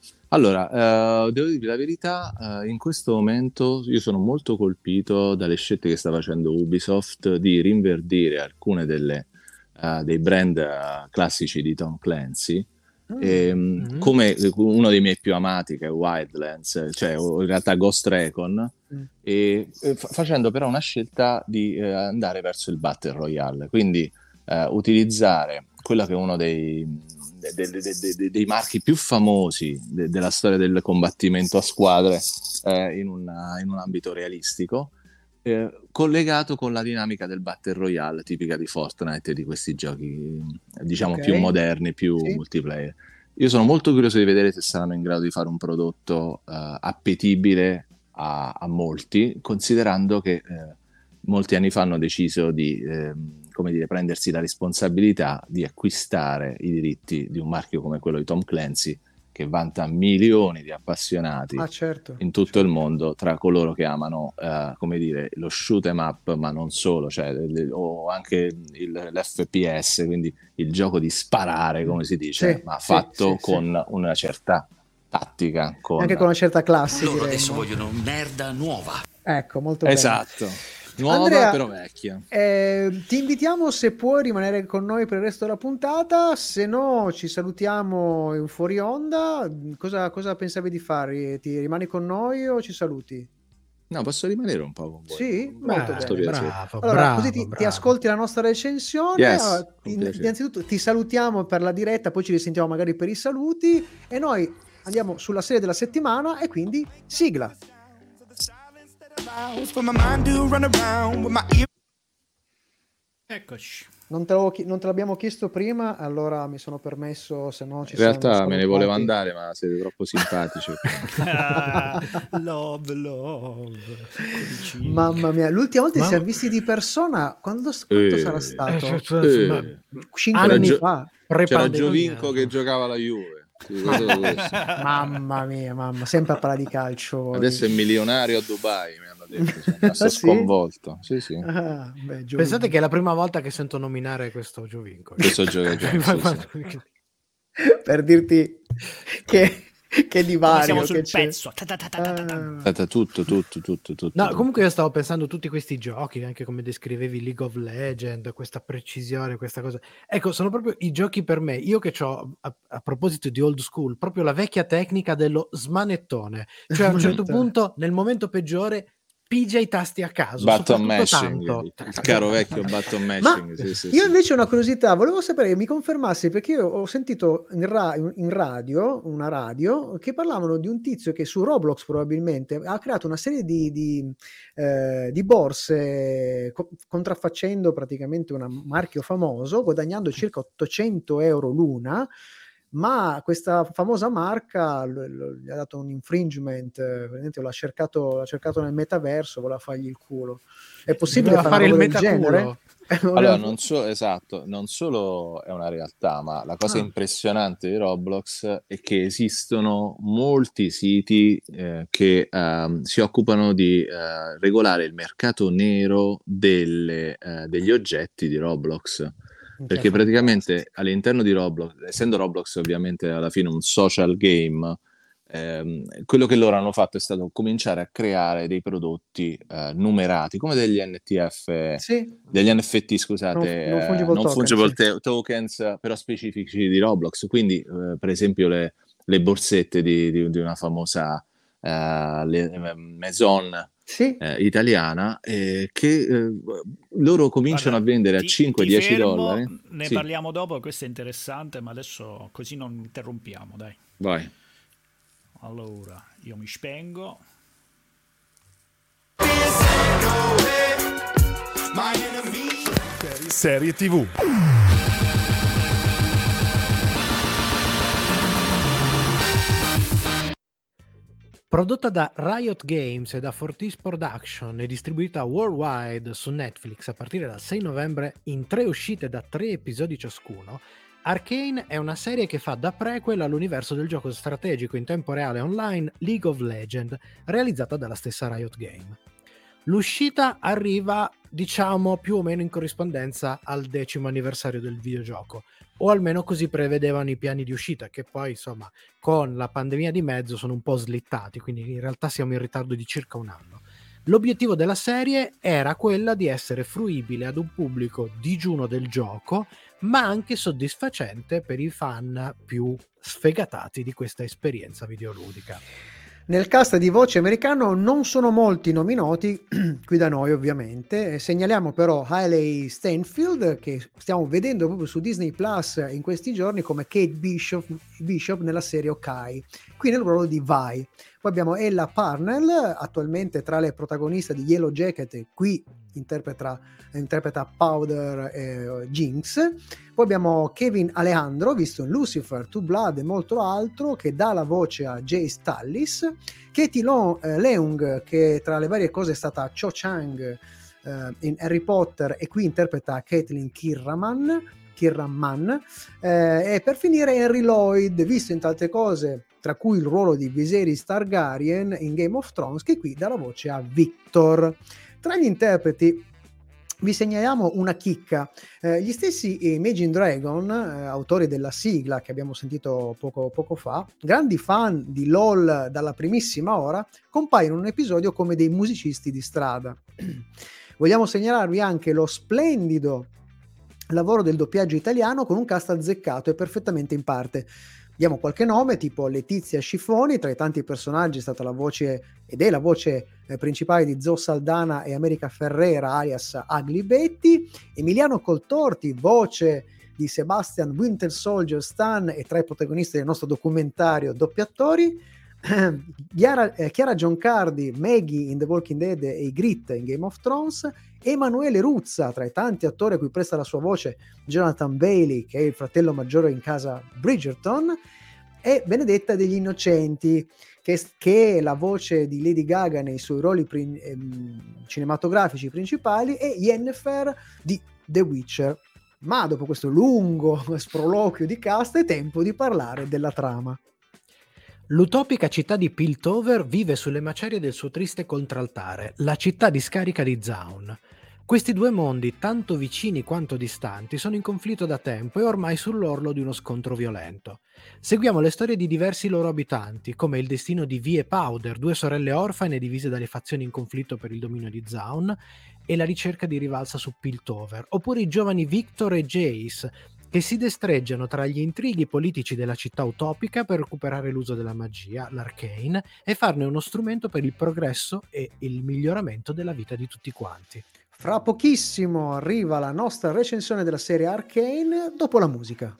Allora, eh, devo dirvi la verità, eh, in questo momento io sono molto colpito dalle scelte che sta facendo Ubisoft di rinverdire alcune delle, eh, dei brand eh, classici di Tom Clancy, e, Mhm. come uno dei miei più amati che è Wildlands, cioè o in realtà Ghost Recon, Mm. e, e fa- facendo però una scelta di eh, andare verso il Battle Royale, quindi eh, utilizzare quello che è uno dei, de- de- de- de- de- dei marchi più famosi de- della storia del combattimento a squadre eh, in, una- in un ambito realistico, eh, collegato con la dinamica del Battle Royale tipica di Fortnite e di questi giochi diciamo Ok. più moderni, più Sì. multiplayer. Io sono molto curioso di vedere se saranno in grado di fare un prodotto eh, appetibile a, a molti, considerando che eh, molti anni fa hanno deciso di ehm, come dire, prendersi la responsabilità di acquistare i diritti di un marchio come quello di Tom Clancy, che vanta milioni di appassionati Ah, certo. in tutto il mondo, tra coloro che amano eh, come dire, lo shoot 'em up, ma non solo, cioè, le- o anche il, l'F P S, quindi il gioco di sparare, come si dice, Sì, ma sì, fatto sì, sì. con una certa tattica. Con... Anche con una certa classe. Loro diremmo. adesso vogliono merda nuova. Ecco, molto bene. Esatto. Nuova Andrea, però vecchia. Eh, ti invitiamo, se puoi, rimanere con noi per il resto della puntata, se no ci salutiamo in fuori onda. Cosa, cosa pensavi di fare? Ti rimani con noi o ci saluti? No, posso rimanere un po' con voi. Sì, molto Beh, bene. bravo, Allora, bravo, così ti, bravo. ti ascolti la nostra recensione. Yes, Allora, in- innanzitutto ti salutiamo per la diretta, poi ci risentiamo magari per i saluti e noi andiamo sulla serie della settimana e quindi sigla. Eccoci. Non te, lo, non te l'abbiamo chiesto prima, allora mi sono permesso, se no ci In realtà sono me ne volevo andare, ma siete troppo simpatici. Ah, love, love. Mamma mia, l'ultima volta Ma... ci siamo visti di persona, quando, quanto eh, sarà stato? Eh, eh, Cinque anni anni Gio- fa. C'era Giovinco che giocava alla Juve. Sì, Mamma mia, mamma, sempre a parlare di calcio. Voi. Adesso è milionario a Dubai, mi hanno detto. Sono rimasto Ah, sì? sconvolto. Sì, sì. Ah, beh, Pensate che è la prima volta che sento nominare questo Giovinco. Questo giocatore, sì, sì. Per dirti che, che divario siamo sul che c'è. pezzo. Ta ta ta ta ta ta. Ah. Tutto, tutto, tutto, tutto. No, tutto. comunque io stavo pensando a tutti questi giochi, anche come descrivevi League of Legends, questa precisione, questa cosa. Ecco, sono proprio i giochi per me. Io che ho, a, a proposito di old school, proprio la vecchia tecnica dello smanettone. Cioè a un certo punto, nel momento peggiore, pigia i tasti a caso. Button soprattutto mashing, tanto. il caro vecchio button Ma mashing. Sì, sì, io sì. invece ho una curiosità, volevo sapere che mi confermassi, perché io ho sentito in, ra- in radio, una radio, che parlavano di un tizio che su Roblox probabilmente ha creato una serie di, di, eh, di borse co- contraffacendo praticamente un marchio famoso, guadagnando circa ottocento euro l'una, ma questa famosa marca l- l- gli ha dato un infringement, eh, praticamente l'ha cercato, l'ha cercato nel metaverso, voleva fargli il culo. È possibile Doveva fare, fare una il roba del metaculo. genere? Allora, non so, esatto, non solo è una realtà, ma la cosa Ah. impressionante di Roblox è che esistono molti siti eh, che ehm, si occupano di eh, regolare il mercato nero delle, eh, degli oggetti di Roblox. Perché praticamente all'interno di Roblox, essendo Roblox ovviamente alla fine un social game, ehm, quello che loro hanno fatto è stato cominciare a creare dei prodotti eh, numerati, come degli N T F, Sì. degli N F T, scusate, Non- non eh, fungible non token, fungible sì. te- tokens, però specifici di Roblox. Quindi, eh, per esempio, le, le borsette di, di- di una famosa eh, le- Maison Sì. eh, italiana, eh, che eh, loro cominciano Guarda, a vendere a ti- cinque ti dieci fermo, dollari. Ne Sì, parliamo dopo, questo è interessante, ma adesso così non interrompiamo, dai. vai. Allora, io mi spengo. Serie tivù. Prodotta da Riot Games e da Fortis Production e distribuita worldwide su Netflix a partire dal sei novembre in tre uscite da tre episodi ciascuno, Arcane è una serie che fa da prequel all'universo del gioco strategico in tempo reale online League of Legends, realizzata dalla stessa Riot Game. L'uscita arriva, diciamo, più o meno in corrispondenza al decimo anniversario del videogioco, o almeno così prevedevano i piani di uscita, che poi, insomma, con la pandemia di mezzo sono un po' slittati, quindi in realtà siamo in ritardo di circa un anno. L'obiettivo della serie era quella di essere fruibile ad un pubblico digiuno del gioco, ma anche soddisfacente per i fan più sfegatati di questa esperienza videoludica. Nel cast di voce americano non sono molti i nomi noti, qui da noi ovviamente. Segnaliamo però Hailey Steinfeld, che stiamo vedendo proprio su Disney Plus in questi giorni come Kate Bishop, Bishop nella serie Hawkeye, qui nel ruolo di Vi. Poi abbiamo Ella Parnell, attualmente tra le protagoniste di Yellow Jacket, e qui interpreta, interpreta Powder e Jinx. Poi abbiamo Kevin Alejandro, visto in Lucifer, Two Blood e molto altro, che dà la voce a Jace Tallis. Katie Lo- eh, Leung, che tra le varie cose è stata Cho Chang eh, in Harry Potter e qui interpreta Caitlin Kirraman. Kirraman. Eh, e per finire Henry Lloyd, visto in tante cose, tra cui il ruolo di Viserys Targaryen in Game of Thrones, che qui dà la voce a Victor. Tra gli interpreti vi segnaliamo una chicca. Eh, gli stessi Imagine Dragon, eh, autori della sigla che abbiamo sentito poco, poco fa, grandi fan di LOL dalla primissima ora, compaiono in un episodio come dei musicisti di strada. Vogliamo segnalarvi anche lo splendido lavoro del doppiaggio italiano con un cast azzeccato e perfettamente in parte. Diamo qualche nome, tipo Letizia Scifoni, tra i tanti personaggi è stata la voce ed è la voce eh, principale di Zoe Saldana e America Ferrera alias Ugly Betty, Emiliano Coltorti, voce di Sebastian Winter Soldier Stan e tra i protagonisti del nostro documentario doppiatori, Chiara, eh, Chiara Giancardi, Maggie in The Walking Dead e Ygritte in Game of Thrones, Emanuele Ruzza, tra i tanti attori a cui presta la sua voce Jonathan Bailey, che è il fratello maggiore in casa Bridgerton, e Benedetta degli Innocenti, che, che è la voce di Lady Gaga nei suoi ruoli prin- ehm, cinematografici principali, e Yennefer di The Witcher. Ma dopo questo lungo sproloquio di cast è tempo di parlare della trama. L'utopica città di Piltover vive sulle macerie del suo triste contraltare, la città di scarica di Zaun. Questi due mondi, tanto vicini quanto distanti, sono in conflitto da tempo e ormai sull'orlo di uno scontro violento. Seguiamo le storie di diversi loro abitanti, come il destino di Vi e Powder, due sorelle orfane divise dalle fazioni in conflitto per il dominio di Zaun, e la ricerca di rivalsa su Piltover, oppure i giovani Victor e Jace, che si destreggiano tra gli intrighi politici della città utopica per recuperare l'uso della magia, l'Arcane, e farne uno strumento per il progresso e il miglioramento della vita di tutti quanti. Fra pochissimo arriva la nostra recensione della serie Arcane dopo la musica.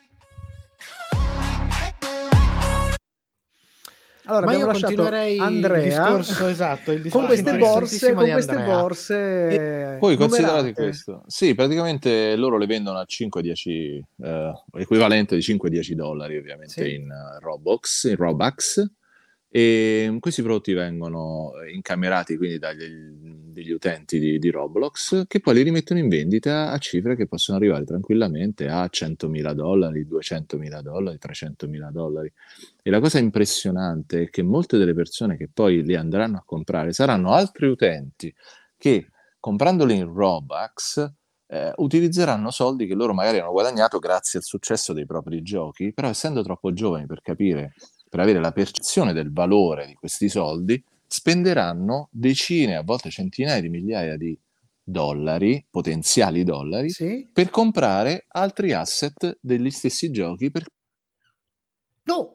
Allora, ma abbiamo io lasciato continuerei Andrea il discorso esatto, il discorso con queste borse, con di queste Andrea. borse E poi considerate numerate. questo, sì, praticamente loro le vendono a cinque dieci, eh, equivalente di cinque dieci dollari ovviamente Sì. in uh, Robux, in Robux, e questi prodotti vengono incamerati quindi dagli, degli utenti di, di Roblox, che poi li rimettono in vendita a cifre che possono arrivare tranquillamente a centomila dollari, duecentomila dollari, trecentomila dollari. E la cosa impressionante è che molte delle persone che poi li andranno a comprare saranno altri utenti che, comprandoli in Robux, eh, utilizzeranno soldi che loro magari hanno guadagnato grazie al successo dei propri giochi, però essendo troppo giovani per capire, per avere la percezione del valore di questi soldi, spenderanno decine, a volte centinaia di migliaia di dollari, potenziali dollari, Sì? per comprare altri asset degli stessi giochi per No!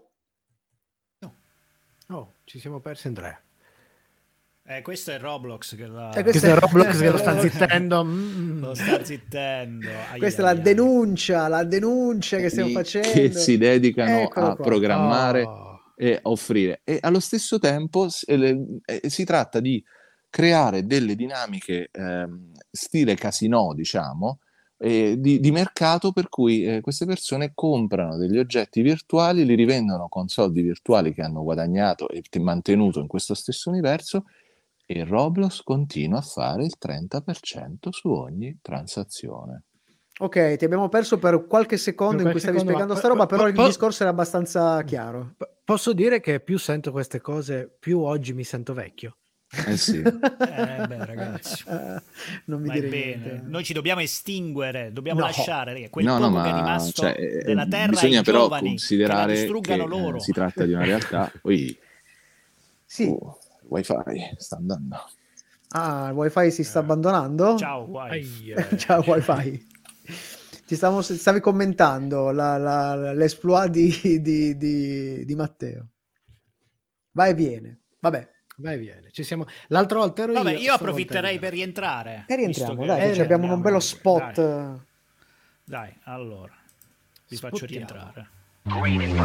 Oh, ci siamo persi Andrea. Eh, questo è Roblox che la... Eh, Questo è Roblox che lo sta zittendo. Mm. Lo sta zittendo. Ai Questa ai è la ai. denuncia, la denuncia che stiamo Quelli facendo. che si dedicano Eccolo a qua. programmare Oh. e offrire, e allo stesso tempo s- eh, le- eh, si tratta di creare delle dinamiche ehm, stile casino, diciamo, eh, di, di mercato, per cui eh, queste persone comprano degli oggetti virtuali, li rivendono con soldi virtuali che hanno guadagnato e t- mantenuto in questo stesso universo, e Roblox continua a fare il trenta per cento su ogni transazione. Ok, ti abbiamo perso per qualche secondo Per in cui qualche stavi secondo, spiegando ma- sta roba, po- però il po- discorso era abbastanza chiaro. P- Posso dire che più sento queste cose, più oggi mi sento vecchio. Eh sì. Eh, beh, ragazzi. Non mi Ma è dire bene, niente. noi ci dobbiamo estinguere, dobbiamo No. lasciare quel No, poco no, che è ma rimasto cioè, eh, della terra bisogna ai però giovani, considerare che la che, distruggano eh, loro. si tratta di una realtà. Poi Sì. oh, il wifi sta andando. Ah, il wifi si sta abbandonando? Ciao, guai. Ai, eh. Ciao wifi. Ti stavo, stavi commentando la, la, l'esploit di, di, di, di Matteo. Va e viene. Vabbè. Vai, viene. Ci siamo... L'altra volta ero Vabbè, io. io stavolta approfitterei ero per rientrare. E visto rientriamo, che- dai, che Eh, abbiamo un andiamo bello comunque. spot. Dai, dai, allora, vi faccio Spottiamo. rientrare.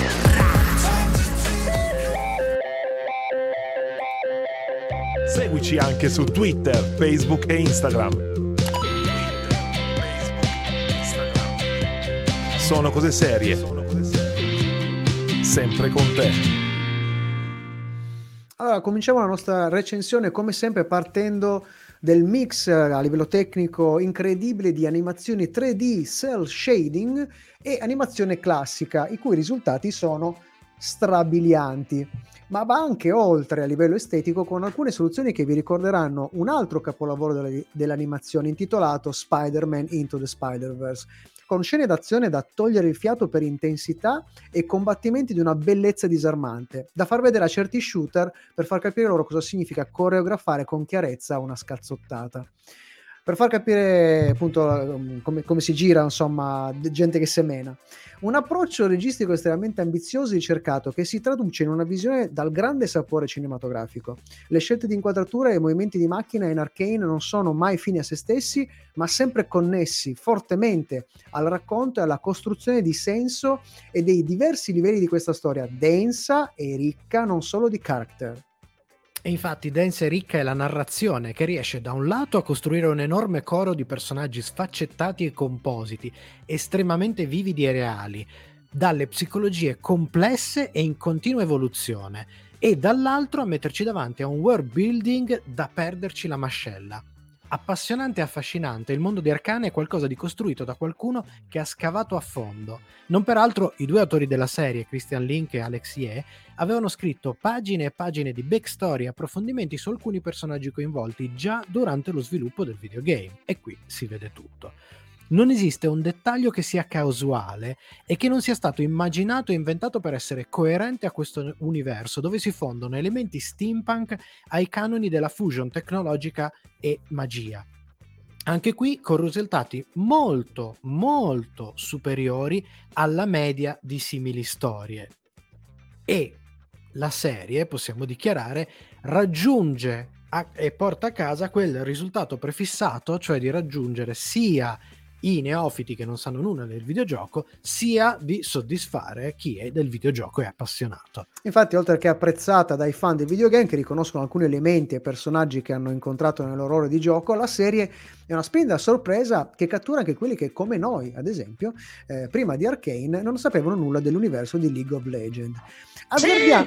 Seguici anche su Twitter, Facebook e Instagram. Sono cose serie. Sempre con te. Allora, cominciamo la nostra recensione come sempre partendo del mix eh, a livello tecnico incredibile di animazioni tre D, cel shading e animazione classica, i cui risultati sono strabilianti, ma va anche oltre a livello estetico con alcune soluzioni che vi ricorderanno un altro capolavoro della, dell'animazione intitolato Spider-Man Into the Spider-Verse, con scene d'azione da togliere il fiato per intensità e combattimenti di una bellezza disarmante, da far vedere a certi shooter per far capire loro cosa significa coreografare con chiarezza una scazzottata. Per far capire appunto come, come si gira, insomma, gente che semena. Un approccio registico estremamente ambizioso e ricercato che si traduce in una visione dal grande sapore cinematografico. Le scelte di inquadratura e i movimenti di macchina in Arcane non sono mai fini a se stessi, ma sempre connessi fortemente al racconto e alla costruzione di senso e dei diversi livelli di questa storia densa e ricca non solo di character. E infatti densa e ricca è la narrazione che riesce da un lato a costruire un enorme coro di personaggi sfaccettati e compositi, estremamente vividi e reali, dalle psicologie complesse e in continua evoluzione, e dall'altro a metterci davanti a un world building da perderci la mascella. Appassionante e affascinante, il mondo di Arcane è qualcosa di costruito da qualcuno che ha scavato a fondo. Non peraltro i due autori della serie, Christian Link e Alex Ye, avevano scritto pagine e pagine di backstory e approfondimenti su alcuni personaggi coinvolti già durante lo sviluppo del videogame, e qui si vede tutto. Non esiste un dettaglio che sia casuale e che non sia stato immaginato e inventato per essere coerente a questo universo dove si fondono elementi steampunk ai canoni della fusion tecnologica e magia. Anche qui con risultati molto molto superiori alla media di simili storie. E la serie, possiamo dichiarare, raggiunge a- e porta a casa quel risultato prefissato, cioè di raggiungere sia i neofiti che non sanno nulla del videogioco, sia di soddisfare chi è del videogioco e è appassionato. Infatti, oltre che apprezzata dai fan del videogame che riconoscono alcuni elementi e personaggi che hanno incontrato nelle loro ore di gioco, la serie è una splendida sorpresa che cattura anche quelli che, come noi, ad esempio, eh, prima di Arcane, non sapevano nulla dell'universo di League of Legends. Azzardiamo...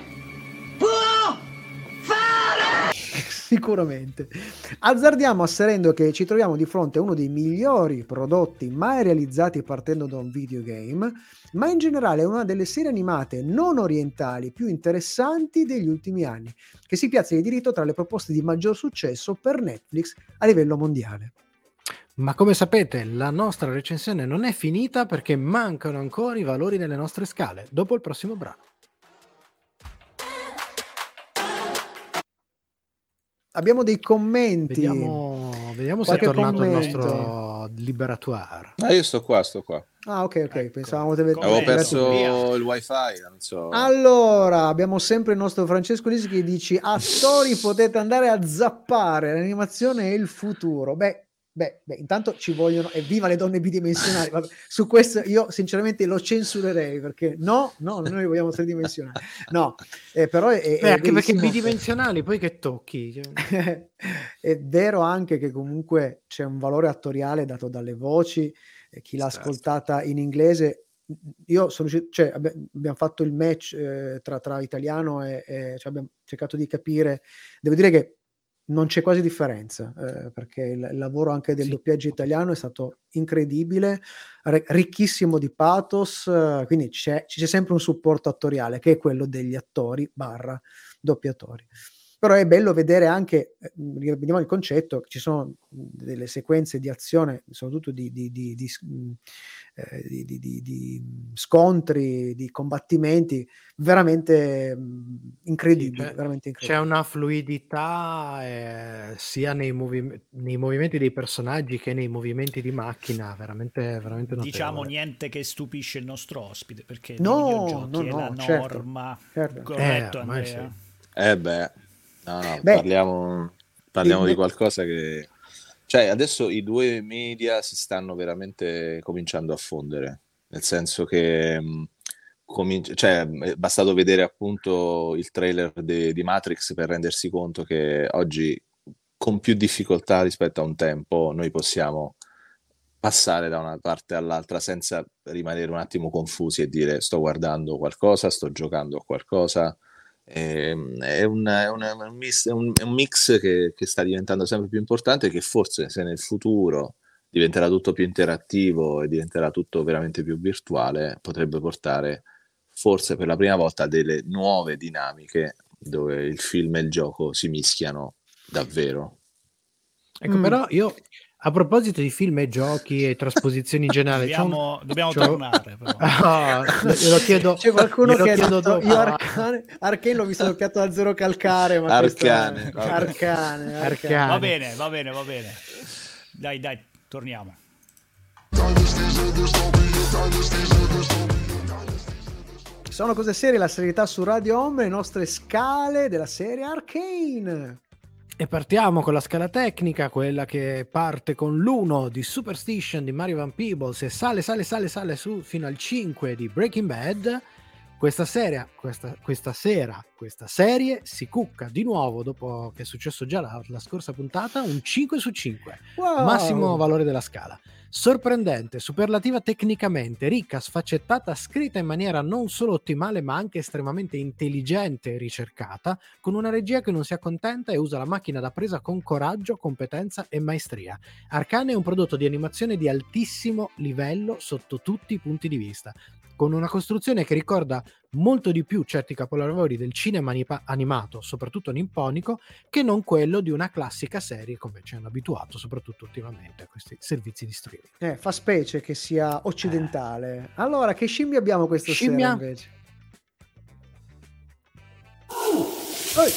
Sicuramente. Azzardiamo asserendo che ci troviamo di fronte a uno dei migliori prodotti mai realizzati partendo da un videogame, ma in generale è una delle serie animate non orientali più interessanti degli ultimi anni, che si piazza di diritto tra le proposte di maggior successo per Netflix a livello mondiale. Ma come sapete, la nostra recensione non è finita perché mancano ancora i valori nelle nostre scale. Dopo il prossimo brano. Abbiamo dei commenti. Vediamo, vediamo se è Qualche tornato commento. il nostro liberatoire. Ah, io sto qua, sto qua. Ah, ok, ok. Ecco. Pensavamo di aver Avevo perso via. il wifi, non so. Allora, abbiamo sempre il nostro Francesco Lisi che dice: attori, potete andare a zappare, l'animazione è il futuro. Beh, beh, beh, intanto ci vogliono, evviva le donne bidimensionali. Vabbè, su questo io sinceramente lo censurerei, perché no, no, noi vogliamo tridimensionali. No, eh, però è, è Beh, anche perché verissimo. bidimensionali, poi che tocchi. È vero anche che comunque c'è un valore attoriale dato dalle voci, e chi l'ha Certo. ascoltata in inglese. Io sono riuscito, cioè abbi- abbiamo fatto il match eh, tra, tra italiano e, e cioè abbiamo cercato di capire. Devo dire che non c'è quasi differenza, eh, perché il, il lavoro anche del Sì. doppiaggio italiano è stato incredibile, ri- ricchissimo di pathos, eh, quindi c'è, c'è sempre un supporto attoriale che è quello degli attori barra doppiatori. Però è bello vedere anche, eh, vediamo il concetto, ci sono delle sequenze di azione, soprattutto di, di, di, di, eh, di, di, di, di scontri, di combattimenti veramente mh, incredibili, Sì, c'è, veramente c'è incredibili. una fluidità eh, sia nei, movi- nei movimenti dei personaggi che nei movimenti di macchina, veramente, veramente notevole. Diciamo niente che stupisce il nostro ospite, perché No, nei videogiochi no, è no, la certo, norma. certo. Corretto, Eh, ormai Andrea? Eh beh, no, no, Beh, parliamo, parliamo il- di qualcosa che... Cioè, adesso i due media si stanno veramente cominciando a fondere, nel senso che mh, cominci- cioè, è bastato vedere appunto il trailer de- di Matrix per rendersi conto che oggi, con più difficoltà rispetto a un tempo, noi possiamo passare da una parte all'altra senza rimanere un attimo confusi e dire sto guardando qualcosa, sto giocando a qualcosa. Ehm, È un, è un- è un mix, è un- è un mix che, che sta diventando sempre più importante, che forse se nel futuro diventerà tutto più interattivo e diventerà tutto veramente più virtuale, potrebbe portare forse per la prima volta delle nuove dinamiche dove il film e il gioco si mischiano davvero. Ecco, Mm. però io a proposito di film e giochi e trasposizioni in generale, c'ho un- Dobbiamo, dobbiamo c'ho- tornare, però. Ah, glielo chiedo, C'è qualcuno glielo che ha chiedo detto dopo. io Arcane, Arcane l'ho visto doppiato da Zero Calcare, ma questo è- Arcane, vabbè. Arcane, Arcane. Arcane. Va bene, va bene, va bene. Dai, dai, torniamo. Sono cose serie, la serietà su Radio Home, le nostre scale della serie Arcane. E partiamo con la scala tecnica, quella che parte con l'uno di Superstition di Mario Van Peebles e sale, sale, sale, sale su fino al cinque di Breaking Bad. Questa serie, questa, questa sera, questa serie si cucca di nuovo dopo che è successo già la, la scorsa puntata, un cinque su cinque. Wow. Massimo valore della scala. Sorprendente, superlativa tecnicamente, ricca, sfaccettata, scritta in maniera non solo ottimale ma anche estremamente intelligente e ricercata, con una regia che non si accontenta e usa la macchina da presa con coraggio, competenza e maestria. Arcane è un prodotto di animazione di altissimo livello sotto tutti i punti di vista, con una costruzione che ricorda molto di più certi capolavori del cinema anipa- animato, soprattutto nipponico, che non quello di una classica serie come ci hanno abituato, soprattutto ultimamente, a questi servizi di streaming. Eh, fa specie che sia occidentale. Allora, che scimmie abbiamo questa Scimmia? sera invece? Ehi!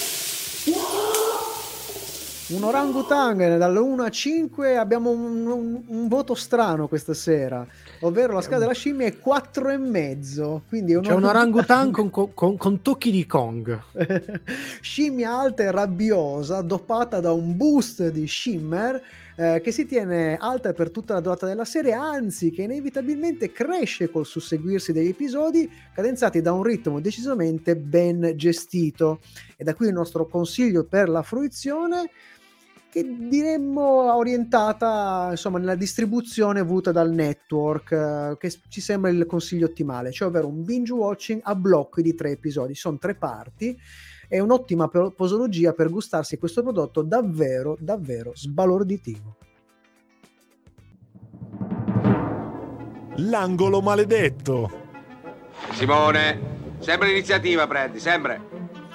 Un orangutan dalle uno a cinque, abbiamo un, un- un voto strano questa sera, ovvero la scala della scimmia è quattro e mezzo, quindi è C'è un orangutan con, con- con tocchi di Kong. scimmia alta e rabbiosa, dopata da un boost di shimmer eh, che si tiene alta per tutta la durata della serie, anzi che inevitabilmente cresce col susseguirsi degli episodi, cadenzati da un ritmo decisamente ben gestito. E da qui il nostro consiglio per la fruizione, che diremmo orientata insomma nella distribuzione avuta dal network, eh, che ci sembra il consiglio ottimale, cioè ovvero un binge watching a blocchi di tre episodi. Sono tre parti, è un'ottima po- posologia per gustarsi questo prodotto davvero davvero sbalorditivo. L'angolo maledetto. Simone, sempre iniziativa prendi, sempre.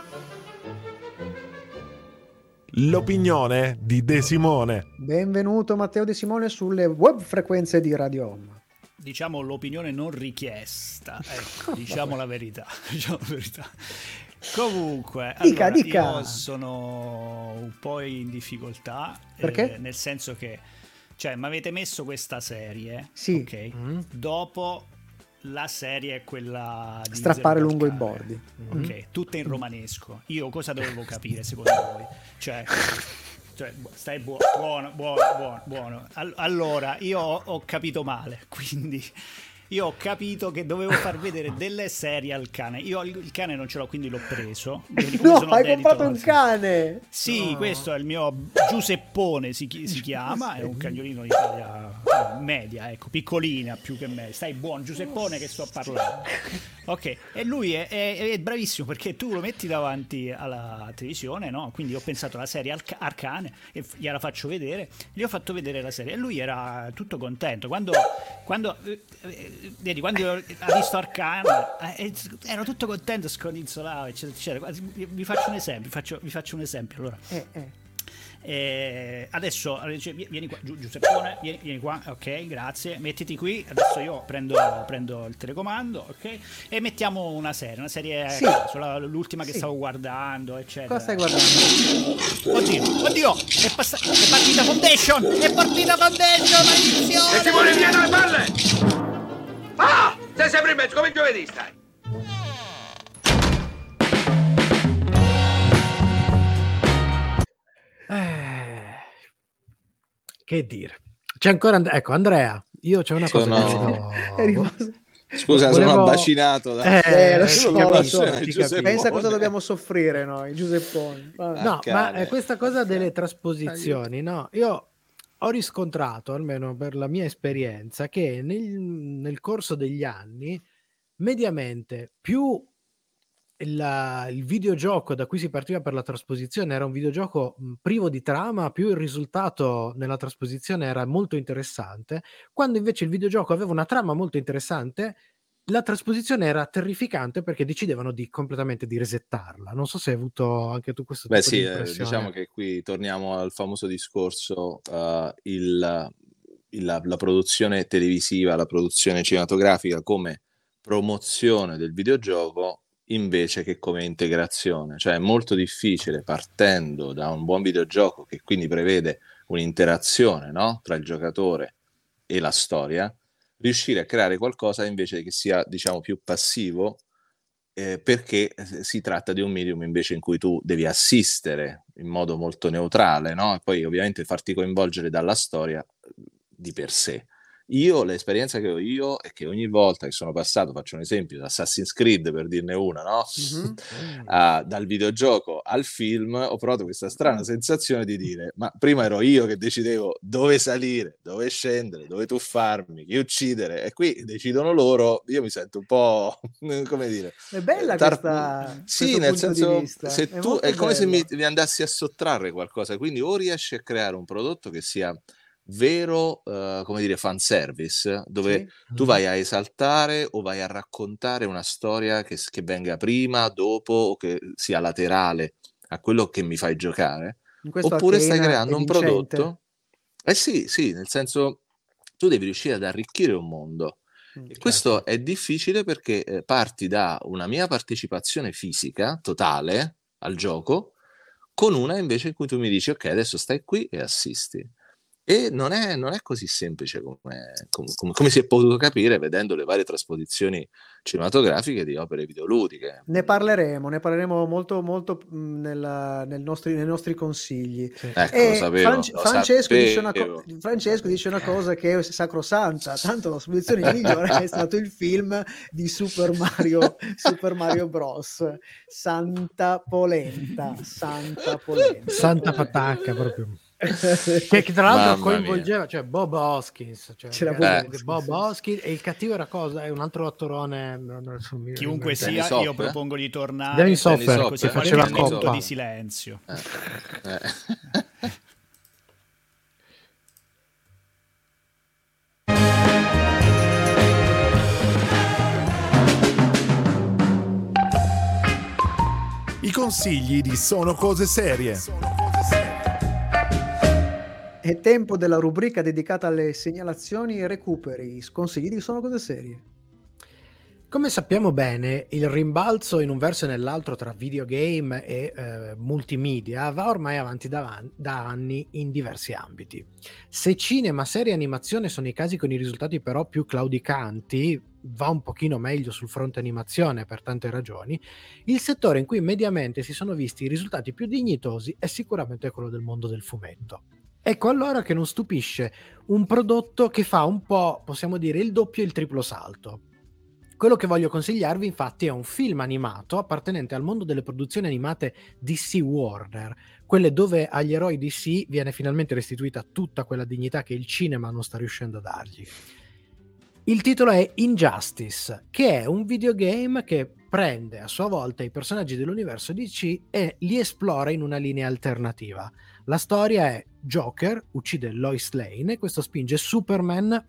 L'opinione di De Simone. Benvenuto Matteo De Simone sulle web frequenze di Radio Home. Diciamo l'opinione non richiesta, ecco, diciamo la verità, diciamo la verità. Comunque, Dica, allora, dica. io sono un po' in difficoltà, Perché? eh, nel senso che, cioè, mi avete messo questa serie, Sì. ok? Mm. Dopo la serie è quella di Strappare Zero lungo i Calcare. bordi. Ok, tutta in romanesco. Io cosa dovevo capire secondo voi? Cioè, cioè stai buono, buono, buono, buono, buono. All- allora, io ho, ho capito male, quindi io ho capito che dovevo far vedere delle serie al cane. Io il il cane non ce l'ho, quindi l'ho preso. Quindi come No, sono hai dedito comprato alla un serie. cane! Sì, No. questo è il mio Giuseppone, si, chi- si chiama, è un cagnolino di taglia eh, media, ecco, piccolina più che me. Stai buono, Giuseppone, che sto parlando. Ok, e lui è, è- è bravissimo perché tu lo metti davanti alla televisione, no? Quindi ho pensato alla serie Arca- Arcane e f- gliela faccio vedere, gli ho fatto vedere la serie e lui era tutto contento. Quando, quando, eh, eh, vedi, quando ha visto Arcane eh, era tutto contento, scodinzolava, eccetera, eccetera. Vi faccio un esempio, vi faccio, vi faccio un esempio allora. Eh, eh. Eh, adesso cioè, vieni qua, Giu- Giuseppone, vieni, vieni qua, ok, grazie, mettiti qui, adesso io prendo, prendo il telecomando, ok, e mettiamo una serie, una serie Sì. a caso, la- l'ultima che Sì. stavo guardando, eccetera. Cosa stai guardando? Oddio, oddio, è, passa- è partita Foundation, è partita Foundation, maledizione! E Simone dietro le palle! Ah! Sei sempre in mezzo, come il giovedì stai. Eh, che dire. C'è ancora And- ecco Andrea, io c'è una cosa Sono- che volevo- È rimasto- Scusa, Volevo- sono abbacinato da... Eh, lo sì, so, capisco, lo so. sì, Giuseppe. capisco. Pensa cosa dobbiamo soffrire noi, Giuseppone. Vabbè. No, Arcane. ma eh, questa cosa delle trasposizioni, no, io ho riscontrato, almeno per la mia esperienza, che nel, nel corso degli anni, mediamente, più il, il videogioco da cui si partiva per la trasposizione era un videogioco mh, privo di trama, più il risultato nella trasposizione era molto interessante, quando invece il videogioco aveva una trama molto interessante, la trasposizione era terrificante perché decidevano di completamente di resettarla. Non so se hai avuto anche tu questo Beh tipo sì, di eh, impressione. diciamo che qui torniamo al famoso discorso, uh, il, il, la, la produzione televisiva, la produzione cinematografica come promozione del videogioco invece che come integrazione. Cioè è molto difficile, partendo da un buon videogioco che quindi prevede un'interazione, no? Tra il giocatore e la storia, riuscire a creare qualcosa invece che sia, diciamo, più passivo, eh, perché si tratta di un medium invece in cui tu devi assistere in modo molto neutrale, no? E poi ovviamente farti coinvolgere dalla storia di per sé. Io, l'esperienza che ho io è che ogni volta che sono passato, faccio un esempio, da Assassin's Creed per dirne una, no? Mhm. uh, dal videogioco al film, ho provato questa strana sensazione di dire, ma prima ero io che decidevo dove salire, dove scendere, dove tuffarmi, chi uccidere, e qui decidono loro. Io mi sento un po', come dire, È bella tar- questa, sì, questo nel punto di senso, vista. se È tu molto è come se mi, bello. mi andassi a sottrarre qualcosa, quindi o riesci a creare un prodotto che sia vero, uh, come dire, fanservice, dove Sì. tu vai a esaltare o vai a raccontare una storia che, che venga prima, dopo, o che sia laterale a quello che mi fai giocare, In questo oppure stai Arcane è creando un vincente. prodotto. Eh sì, sì, nel senso, tu devi riuscire ad arricchire un mondo. Mm, E questo certo. è difficile perché eh, parti da una mia partecipazione fisica totale al gioco, con una invece in cui tu mi dici ok, adesso stai qui e assisti. E non è, non è così semplice come, come, come si è potuto capire vedendo le varie trasposizioni cinematografiche di opere videoludiche. Ne parleremo, ne parleremo molto, molto mh, nella- nel nostri- nei nostri consigli. Sì. Ecco, lo E sapevo, Franci- lo Francesco, dice una, sapevo. co- Francesco dice una cosa che è sacrosanta, tanto la soluzione migliore è stato il film di Super Mario, Super Mario Bros. Santa polenta, santa polenta. Santa patacca proprio. Che, che tra l'altro Mamma coinvolgeva, cioè Bob Hoskins, cioè, C'era ragazzi, Bob eh. Bob Hoskins, e il cattivo era cosa? È un altro attorone, non, non so, mi Chiunque ricordo. sia, Dennis io Hopper? propongo di tornare Dennis Hopper, così Hopper, qualche faceva minuto coppa. di silenzio. Eh, eh. I consigli di Sono Cose Serie. È tempo della rubrica dedicata alle segnalazioni e recuperi. Consigli di Sono Cose Serie. Come sappiamo bene, il rimbalzo in un verso e nell'altro tra videogame e eh, multimedia va ormai avanti da, da anni in diversi ambiti. Se cinema, serie e animazione sono i casi con i risultati però più claudicanti, va un pochino meglio sul fronte animazione per tante ragioni, il settore in cui mediamente si sono visti i risultati più dignitosi è sicuramente quello del mondo del fumetto. Ecco allora che non stupisce un prodotto che fa un po', possiamo dire, il doppio e il triplo salto. Quello che voglio consigliarvi infatti è un film animato appartenente al mondo delle produzioni animate D C Warner, quelle dove agli eroi D C viene finalmente restituita tutta quella dignità che il cinema non sta riuscendo a dargli. Il titolo è Injustice, che è un videogame che prende a sua volta i personaggi dell'universo D C e li esplora in una linea alternativa. La storia è: Joker uccide Lois Lane e questo spinge Superman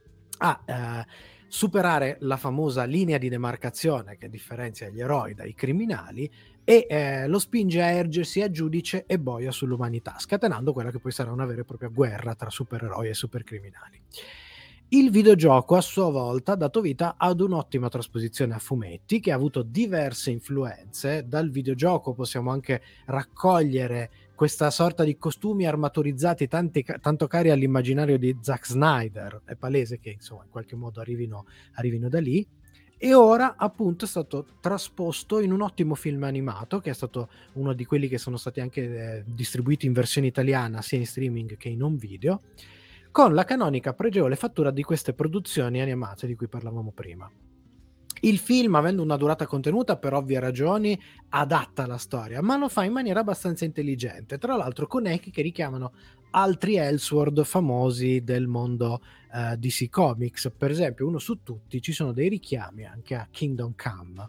a eh, superare la famosa linea di demarcazione che differenzia gli eroi dai criminali e eh, lo spinge a ergersi a giudice e boia sull'umanità, scatenando quella che poi sarà una vera e propria guerra tra supereroi e supercriminali. Il videogioco a sua volta ha dato vita ad un'ottima trasposizione a fumetti che ha avuto diverse influenze. Dal videogioco possiamo anche raccogliere questa sorta di costumi armaturizzati tanti, tanto cari all'immaginario di Zack Snyder. È palese che insomma in qualche modo arrivino, arrivino da lì, e ora appunto è stato trasposto in un ottimo film animato che è stato uno di quelli che sono stati anche eh, distribuiti in versione italiana sia in streaming che in home video, con la canonica pregevole fattura di queste produzioni animate di cui parlavamo prima. Il film, avendo una durata contenuta, per ovvie ragioni, adatta la storia, ma lo fa in maniera abbastanza intelligente, tra l'altro con echi che richiamano altri Elseworld famosi del mondo uh, D C Comics. Per esempio, uno su tutti, ci sono dei richiami anche a Kingdom Come.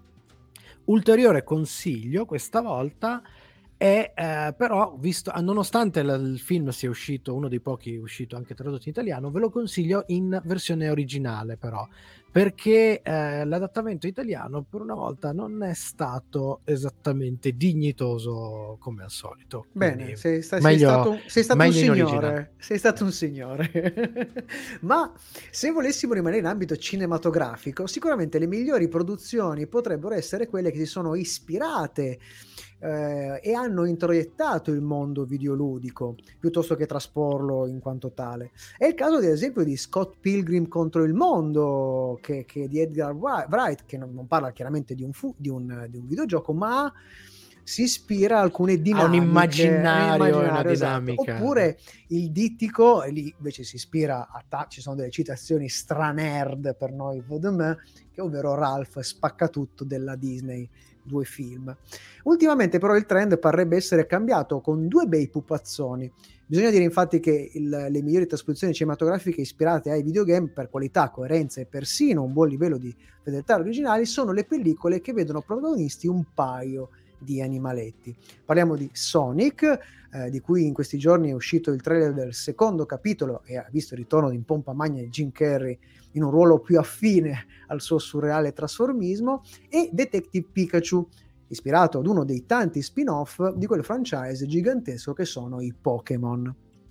Ulteriore consiglio, questa volta, è eh, però, visto, nonostante l- il film sia uscito, uno dei pochi uscito anche tradotto in italiano, ve lo consiglio in versione originale però, perché eh, l'adattamento italiano per una volta non è stato esattamente dignitoso come al solito. Bene, sei, sta- sei meglio, stato, sei stato un meglio in originale. signore, sei stato un signore. Ma se volessimo rimanere in ambito cinematografico, sicuramente le migliori produzioni potrebbero essere quelle che si sono ispirate eh, e hanno introiettato il mondo videoludico piuttosto che trasporlo in quanto tale. È il caso, ad esempio, di Scott Pilgrim contro il mondo, che, che di Edgar Wright, che non, non parla chiaramente di un, fu- di, un, di un videogioco, ma si ispira a alcune dinamiche, a un immaginario, un una immaginario, esatto. dinamica. Oppure il dittico, e lì invece si ispira a ta- ci sono delle citazioni stranerd per noi, che ovvero Ralph Spaccatutto della Disney, due film. Ultimamente però il trend parrebbe essere cambiato con due bei pupazzoni. Bisogna dire infatti che il, le migliori trasposizioni cinematografiche ispirate ai videogame per qualità, coerenza e persino un buon livello di fedeltà originali sono le pellicole che vedono protagonisti un paio di animaletti. Parliamo di Sonic, eh, di cui in questi giorni è uscito il trailer del secondo capitolo e ha visto il ritorno in pompa magna di Jim Carrey in un ruolo più affine al suo surreale trasformismo, e Detective Pikachu, ispirato ad uno dei tanti spin-off di quel franchise gigantesco che sono i Pokémon.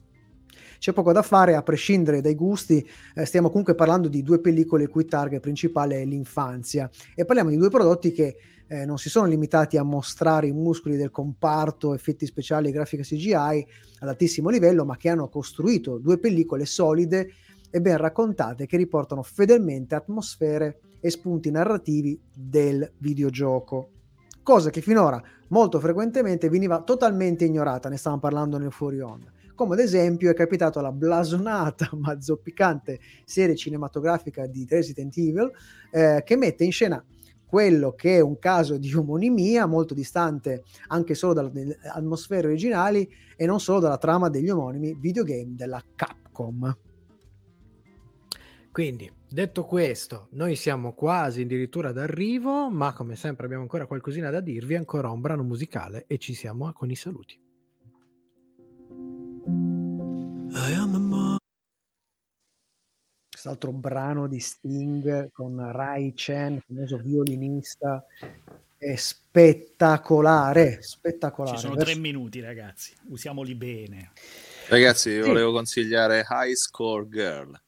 C'è poco da fare, a prescindere dai gusti, eh, stiamo comunque parlando di due pellicole il cui target principale è l'infanzia, e parliamo di due prodotti che eh, non si sono limitati a mostrare i muscoli del comparto, effetti speciali e grafica C G I ad altissimo livello, ma che hanno costruito due pellicole solide e ben raccontate che riportano fedelmente atmosfere e spunti narrativi del videogioco, cosa che finora molto frequentemente veniva totalmente ignorata. Ne stavamo parlando nel fuori onda, come ad esempio è capitato alla blasonata ma zoppicante serie cinematografica di Resident Evil, eh, che mette in scena quello che è un caso di omonimia molto distante anche solo dalle atmosfere originali e non solo dalla trama degli omonimi videogame della Capcom. Quindi, detto questo, noi siamo quasi addirittura d'arrivo, ma come sempre abbiamo ancora qualcosina da dirvi, ancora un brano musicale e ci siamo con i saluti. Quest'altro brano di Sting con Rai Chen, famoso violinista, è spettacolare, spettacolare. Ci sono Verso... tre minuti, ragazzi, usiamoli bene. Ragazzi, vi Sì. volevo consigliare High Score Girl.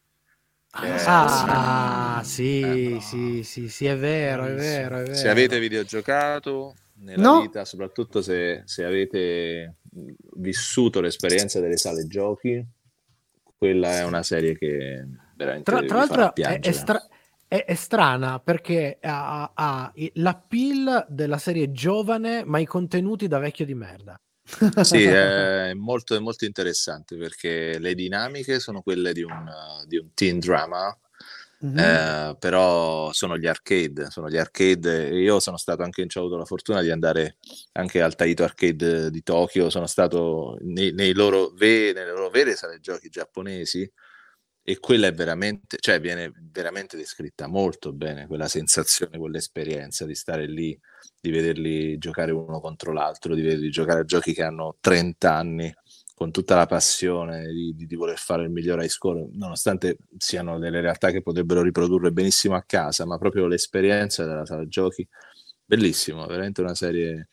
Ah, Eh, sì, eh, no. sì, sì, sì, è vero, è vero, è vero. Se avete videogiocato nella No. vita, soprattutto se, se avete vissuto l'esperienza delle sale giochi, quella è una serie che veramente Tra, vi tra farà l'altro è, piangere. è, stra- è, è strana perché ha, ha l'appeal della serie giovane, ma i contenuti da vecchio di merda. Sì, è molto, è molto interessante perché le dinamiche sono quelle di un, di un teen drama, Mhm. eh, però sono gli arcade, sono gli arcade. Io sono stato anche, ho avuto la fortuna di andare anche al Taito Arcade di Tokyo, sono stato nei, nei loro ve- nelle loro vere sale giochi giapponesi, e quella è veramente, cioè viene veramente descritta molto bene, quella sensazione, quell'esperienza di stare lì, di vederli giocare uno contro l'altro, di vederli giocare a giochi che hanno trenta anni, con tutta la passione di, di, di voler fare il miglior high score, nonostante siano delle realtà che potrebbero riprodurre benissimo a casa, ma proprio l'esperienza della sala giochi, bellissimo, veramente una serie...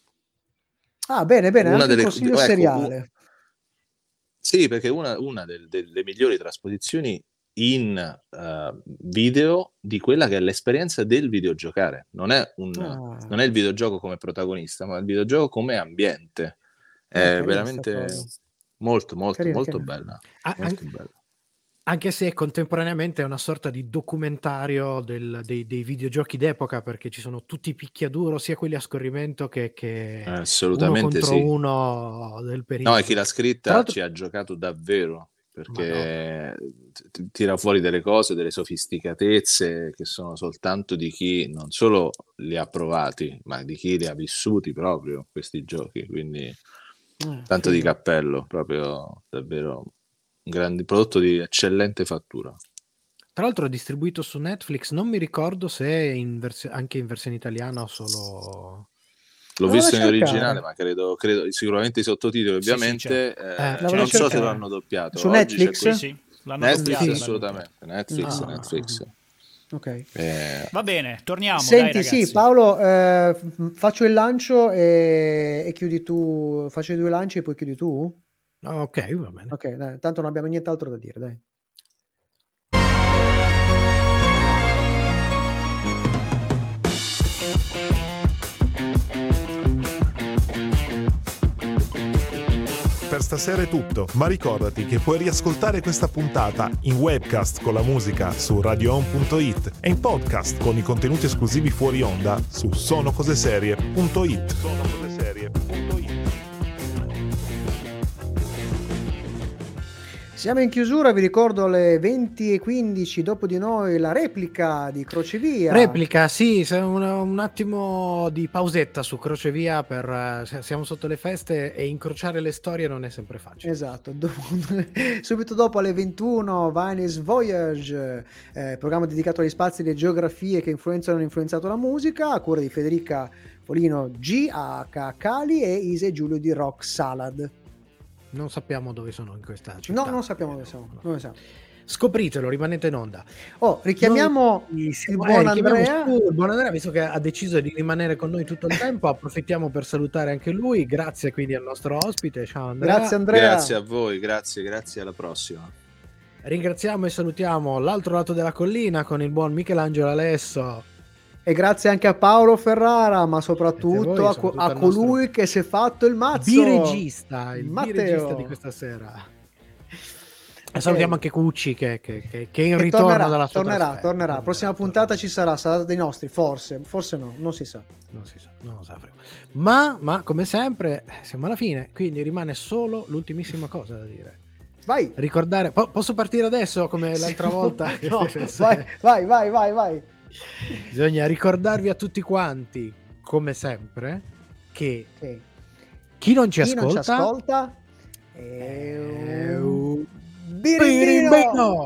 Ah, bene, bene, Una anche delle- un consiglio ecco, seriale. Sì, perché una, una del- delle migliori trasposizioni in uh, video di quella che è l'esperienza del videogiocare. Non è, un, Ah. non è il videogioco come protagonista, ma il videogioco come ambiente. Ah, È carina veramente sta cosa. molto, molto, Carina, molto carina. bella. Ah, Molto an- bella. Anche se contemporaneamente è una sorta di documentario del- dei, dei videogiochi d'epoca, perché ci sono tutti i picchiaduro, sia quelli a scorrimento che, che uno Assolutamente contro sì. uno del No, e chi periodo. l'ha Tra scritta l'altro, ci ha giocato davvero, Madonna. perché t- tira fuori delle cose, delle sofisticatezze che sono soltanto di chi non solo li ha provati, ma di chi li ha vissuti proprio questi giochi. Quindi Eh, tanto di figo. cappello, proprio davvero un grande prodotto di eccellente fattura. Tra l'altro è distribuito su Netflix, non mi ricordo se è in vers- anche in versione italiana o solo... L'ho La vado visto a in originale, cercare. ma credo, credo sicuramente i sottotitoli, Sì, sì, ovviamente. certo. eh, Eh, La vado a non so se cercare. lo hanno doppiato. Su Oggi c'è Netflix? Sì, qui- sì, l'hanno Netflix, doppiato, l'hanno assolutamente. Netflix, Ah. Netflix. Ok. Eh, Va bene, torniamo. Senti, dai, sì, ragazzi. Paolo, eh, f- faccio il lancio e, e chiudi tu. Faccio i due lanci e poi chiudi tu? Ok, va bene. Ok, dai, tanto non abbiamo nient'altro da dire, dai. Per stasera è tutto, ma ricordati che puoi riascoltare questa puntata in webcast con la musica su radio home punto it e in podcast con i contenuti esclusivi fuori onda su sono cose serie punto it. Sono cose serie punto it. Siamo in chiusura, vi ricordo alle venti e quindici dopo di noi la replica di Crocevia. Replica, sì, se un, un attimo di pausetta su Crocevia per eh, siamo sotto le feste e incrociare le storie non è sempre facile. Esatto, dopo, subito dopo alle ventuno Vinyls Voyage, eh, programma dedicato agli spazi e alle geografie che influenzano e hanno influenzato la musica, a cura di Federica Folino G, H Cali e Ise e Giulio di Rock Salad. Non sappiamo dove sono in questa città. No, non sappiamo dove siamo. Non lo sappiamo. Scopritelo, rimanete in onda. Oh, richiamiamo Noi il siamo- buon eh, richiamiamo Andrea. su il buon Andrea, visto che ha deciso di rimanere con noi tutto il tempo, approfittiamo per salutare anche lui. Grazie quindi al nostro ospite. Ciao Andrea. Grazie Andrea. Grazie a voi, grazie, grazie, alla prossima. Ringraziamo e salutiamo l'altro lato della collina con il buon Michelangelo Alesso. E grazie anche a Paolo Ferrara, ma Grazie a soprattutto voi, a, soprattutto a al colui nostro che si è fatto il mazzo. Biregista, il Matteo. biregista di questa sera. E salutiamo anche Cucci che, che, che, che è in Che ritorno tornerà, dalla sua tornerà, trasferta. tornerà. Prossima puntata ci sarà, sarà dei nostri, forse, forse no, non si sa. Non si sa, non lo sapremo. Ma, ma come sempre siamo alla fine, quindi rimane solo l'ultimissima cosa da dire. Vai. Ricordare, po- posso partire adesso come l'altra Sì, volta? no, vai, vai, vai, vai, vai. Bisogna ricordarvi a tutti quanti, come sempre, che Ok. chi non ci Chi non ascolta, ci ascolta è è un un birimbino. birimbino.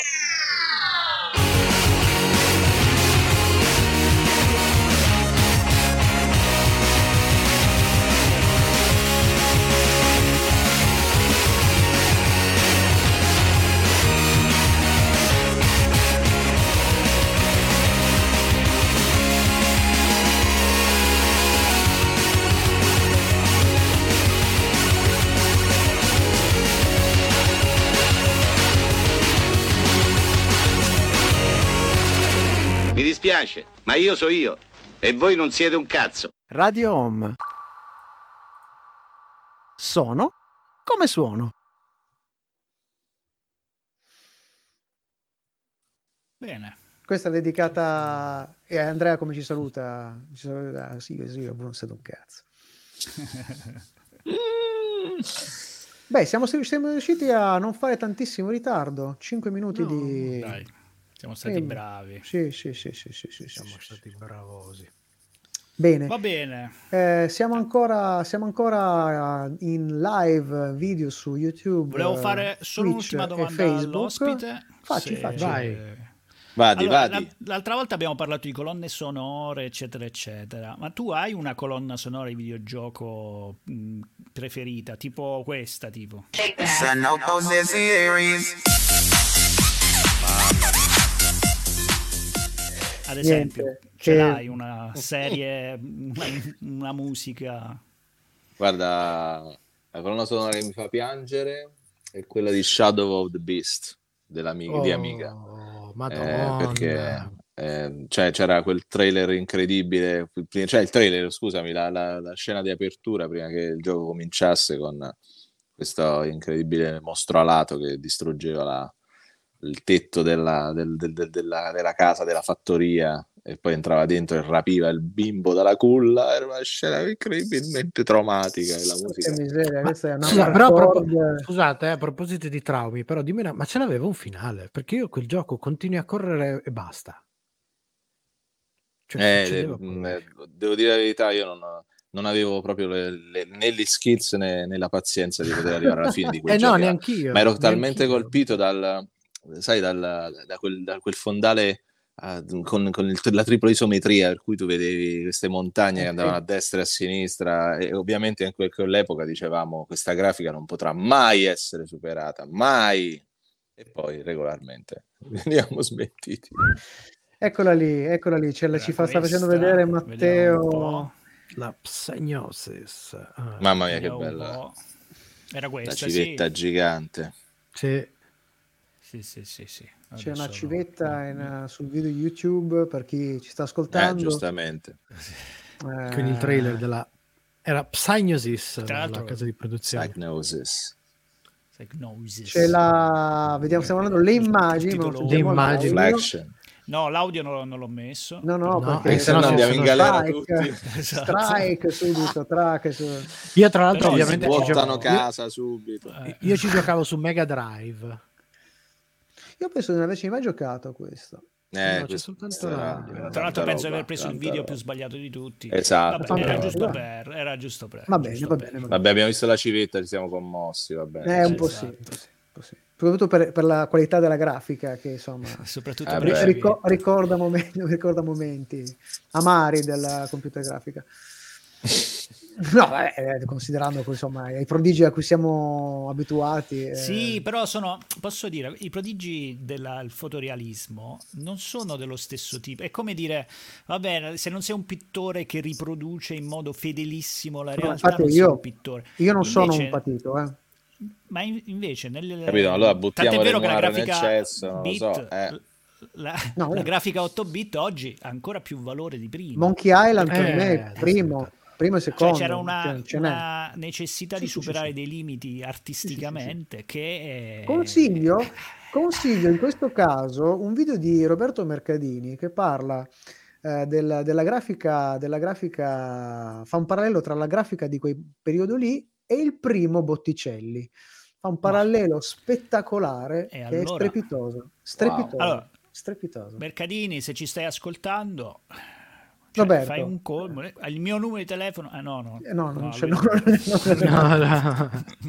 Mi dispiace, ma io so io e voi non siete un cazzo. Radio Home. Sono come suono. Bene. Questa è dedicata e Andrea come ci saluta? Ci saluta ah, sì, sì, non siete un cazzo. Beh, siamo, siamo riusciti a non fare tantissimo ritardo. cinque minuti No, di... Dai, siamo stati Eh, bravi. Sì, sì, sì, sì, sì, sì, Siamo sì, stati sì. bravosi. Bene. Va bene. Eh, siamo ancora siamo ancora eh, in live video su YouTube. Volevo eh, fare solo Twitch un'ultima e domanda Facebook. all'ospite. Facci, Se- facci. Vai. Vadi, Allora, vadi. la- l'altra volta abbiamo parlato di colonne sonore, eccetera, eccetera. Ma tu hai una colonna sonora di videogioco mh, preferita, tipo questa, tipo? Ad esempio, Niente, ce che- l'hai una serie, una, una musica? Guarda, la colonna sonora che mi fa piangere è quella di Shadow of the Beast dell'Ami- di Amiga. Oh, Eh, Madonna. perché eh, cioè, c'era quel trailer incredibile, cioè il trailer, scusami, la, la- la scena di apertura prima che il gioco cominciasse con questo incredibile mostro alato che distruggeva la- il tetto della, del- del- del- della- della casa, della fattoria, e poi entrava dentro e rapiva il bimbo dalla culla. Era una scena incredibilmente traumatica e la musica. Che miseria, Ma- questa è una scusa, però a propo- hardcore- scusate, eh, a proposito di traumi, però dimmi una- ma ce l'aveva un finale? Perché io quel gioco continui a correre e basta. Cioè, Eh, succedeva eh, quello. mh, eh, devo dire la verità, io non, non avevo proprio le- le- né gli skills né, né la pazienza di poter arrivare alla fine di quel Eh gioco. no, neanch'io. Ma ero talmente neanch'io. colpito dal, sai, dal, da, quel, da quel fondale ah, con, con il- la tripla isometria, per cui tu vedevi queste montagne che Eh, andavano sì. a destra e a sinistra, e ovviamente in quel- quell'epoca dicevamo questa grafica non potrà mai essere superata, mai. E poi regolarmente veniamo smentiti. Eccola lì, eccola lì, ce la ci fa, sta facendo vedere Matteo. La Psygnosis. Ah, Mamma mia, che bella. Era questa, la civetta sì. gigante. Sì. Sì, sì, sì, sì. C'è una Adesso civetta no. in, uh, sul video YouTube per chi ci sta ascoltando. Eh, giustamente. Eh, Con il trailer della... Era Psygnosis, Tra la, l'altro- la casa di produzione. Psygnosis. Psygnosis. c'è la... Vediamo, stiamo guardando le immagini, ma non titolo- sentiamo Le immagini. l'audio. Flexion. No, l'audio non, non l'ho messo. No, no, No, perché eh, se no no, andiamo se in no- galera strike, tutti. Esatto. strike subito, track su... Io tra l'altro Però ovviamente si ci Buttano giocavo, casa subito. io, io ci giocavo su Mega Drive. Io penso di non averci mai giocato a questo. Eh, No, c'è questo soltanto sarà- l'audio. Tra tanta l'altro penso di roba, aver preso il tanta video roba. più sbagliato di tutti. Esatto. Vabbè, era Vabbè, giusto vabbè. per, era giusto per. Va bene, giusto va per. bene, va bene. Vabbè, abbiamo visto la civetta, ci siamo commossi, va bene. Eh, un po' Esatto. sì, un po' sì, un po' sì. Soprattutto per, per la qualità della grafica che insomma Soprattutto Eh, per beh. i rico- ricorda, momenti, ricorda momenti amari della computer grafica. No, beh, considerando che, insomma i prodigi a cui siamo abituati. eh, Sì, però sono, posso dire, i prodigi del fotorealismo non sono dello stesso tipo. È come dire, va bene, se non sei un pittore che riproduce in modo fedelissimo la no, realtà, infatti non sei io, un pittore. io non sono Invece- un patito, eh. Ma in- invece, nelle, Capito? Allora buttiamo tant'è vero le che la muare nel grafica cesso, non lo bit, so, eh. la, No, la eh. grafica otto bit oggi ha ancora più valore di prima. Monkey Island per Eh, me adesso primo, aspetta. primo e Cioè secondo. c'era una, cioè, ce n'è. una necessità di Sì, sì, sì, superare sì. dei limiti artisticamente che Consiglio, consiglio in questo caso un video di Roberto Mercadini che parla eh, della, della grafica, della grafica, fa un parallelo tra la grafica di quel periodo lì e il primo Botticelli. Fa un parallelo spettacolare E che allora- è strepitoso. Strepitoso. Allora, strepitoso. Mercadini, se ci stai ascoltando, cioè, Roberto. fai un colmo. Il mio numero di telefono, ah no, no, Eh, no, non c'è, lui- no, No, no.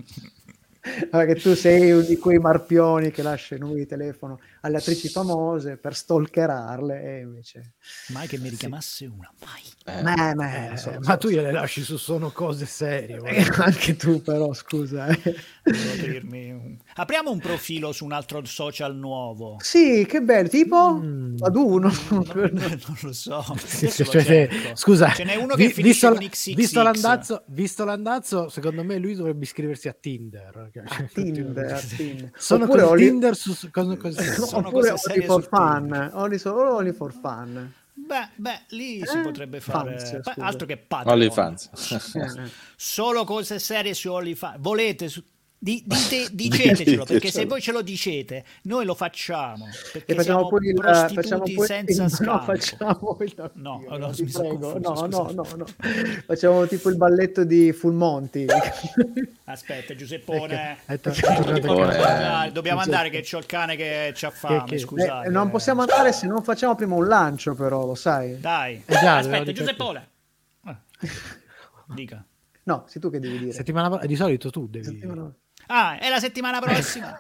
Perché tu sei uno di quei marpioni che lascia i numeri di telefono alle attrici famose per stalkerarle e invece mai che mi richiamasse una, mai. Eh, ma, ma, Eh, so, ma so, tu so. gliele lasci su sono cose serie. Eh, guarda. anche tu però scusa eh. Devo aprirmi un- Apriamo un profilo su un altro social nuovo. Sì, che bello, tipo Mm. ad uno. Non, non lo so. Sì, Adesso sì, lo cioè, se- cerco. scusa, ce n'è uno vi- che finisce visto, con X X X. visto l'andazzo, visto l'andazzo, secondo me lui dovrebbe iscriversi a Tinder. A Tinder, a Tinder. Sono Oppure con Only- Tinder su su- cosa, cosa Sono oppure cose only serie for su fun, only, solo only for fun. Beh, beh, lì si Eh, potrebbe fare Fans, pa- scusa. altro che Patreon. OnlyFans. Eh, eh. Solo cose serie su OnlyFans. Volete su- di- dite- dicetecelo, perché se Ditecelo. voi ce lo dicete, noi lo facciamo. Perché E facciamo siamo poi il prostituti facciamo poi senza no, scampo. facciamo il No, Dio, allora ti mi sono prego. confuso, no, no, scusa. no, no. Facciamo tipo il balletto di Full Monty. Aspetta, Giuseppone. È to- è Dobbiamo tornato a casa. andare, dobbiamo andare che c'ho il cane che c'ha fame, che- scusate. Eh, non possiamo andare se non facciamo prima un lancio però, lo sai? Dai, Eh già, aspetta, avevo Giuseppone. Ah. Dica. No, sei tu che devi dire. Settimana pro- di solito tu devi Settimana- Ah, è la settimana prossima.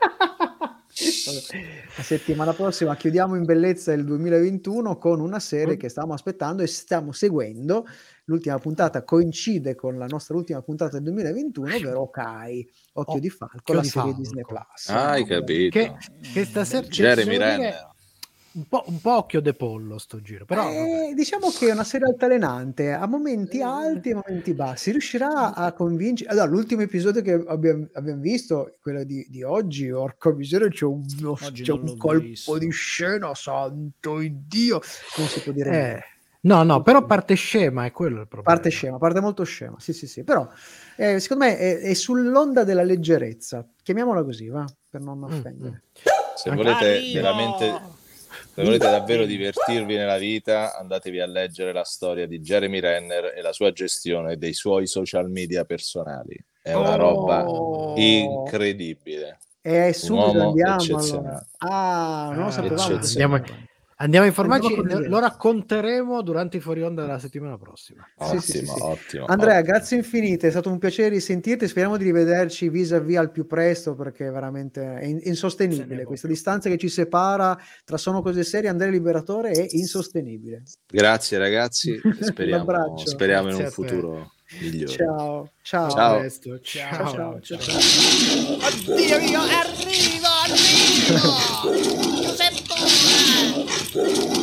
La settimana prossima chiudiamo in bellezza il duemilaventuno con una serie che stavamo aspettando e stiamo seguendo. L'ultima puntata coincide con la nostra ultima puntata del duemilaventuno, ovvero Okai, Occhio Oh, di Falco, Occhio la di serie Falco. Disney Plus. Ah, hai capito. che, che stasera Jeremy devo dire, Renner. un po', un po' occhio de pollo sto giro, però Eh, diciamo che è una serie altalenante, a momenti alti e momenti bassi. Riuscirà a convincere. Allora, l'ultimo episodio che abbiamo, abbiamo visto, quello di, di oggi, orca miseria, c'è un, Oggi c'è non un l'ho colpo visto. di scena, santo Dio. Non si può dire eh, niente. no, no, però parte scema, è quello il problema. Parte scema, parte molto scema. Sì, sì, sì. Però eh, secondo me è, è sull'onda della leggerezza. Chiamiamola così, va? Per non offendere. Se Anche- volete Arrivo! veramente, se volete davvero divertirvi nella vita, andatevi a leggere la storia di Jeremy Renner e la sua gestione dei suoi social media personali. È una Oh! roba incredibile. E Un subito uomo andiamo. eccezionale. Allora. Ah, non lo Ah, sapevamo. eccezionale. Andiamo, andiamo a informarci, Andiamo con lo lo racconteremo durante i fuori onda della settimana prossima. Sì, Ottimo, sì, sì, sì. ottimo. Andrea, ottimo. grazie infinite, è stato un piacere risentirti, speriamo di rivederci vis-à-vis al più presto perché veramente è in- insostenibile, questa distanza che ci separa tra Sono Cose Serie e Andrea Liberatore è insostenibile. Grazie ragazzi, Un speriamo, abbraccio. speriamo in Grazie un a te. futuro migliore. Ciao, ciao. Ciao. A presto. Ciao, Ciao. ciao, ciao. Oddio mio, arrivo, arrivo! Giuseppe!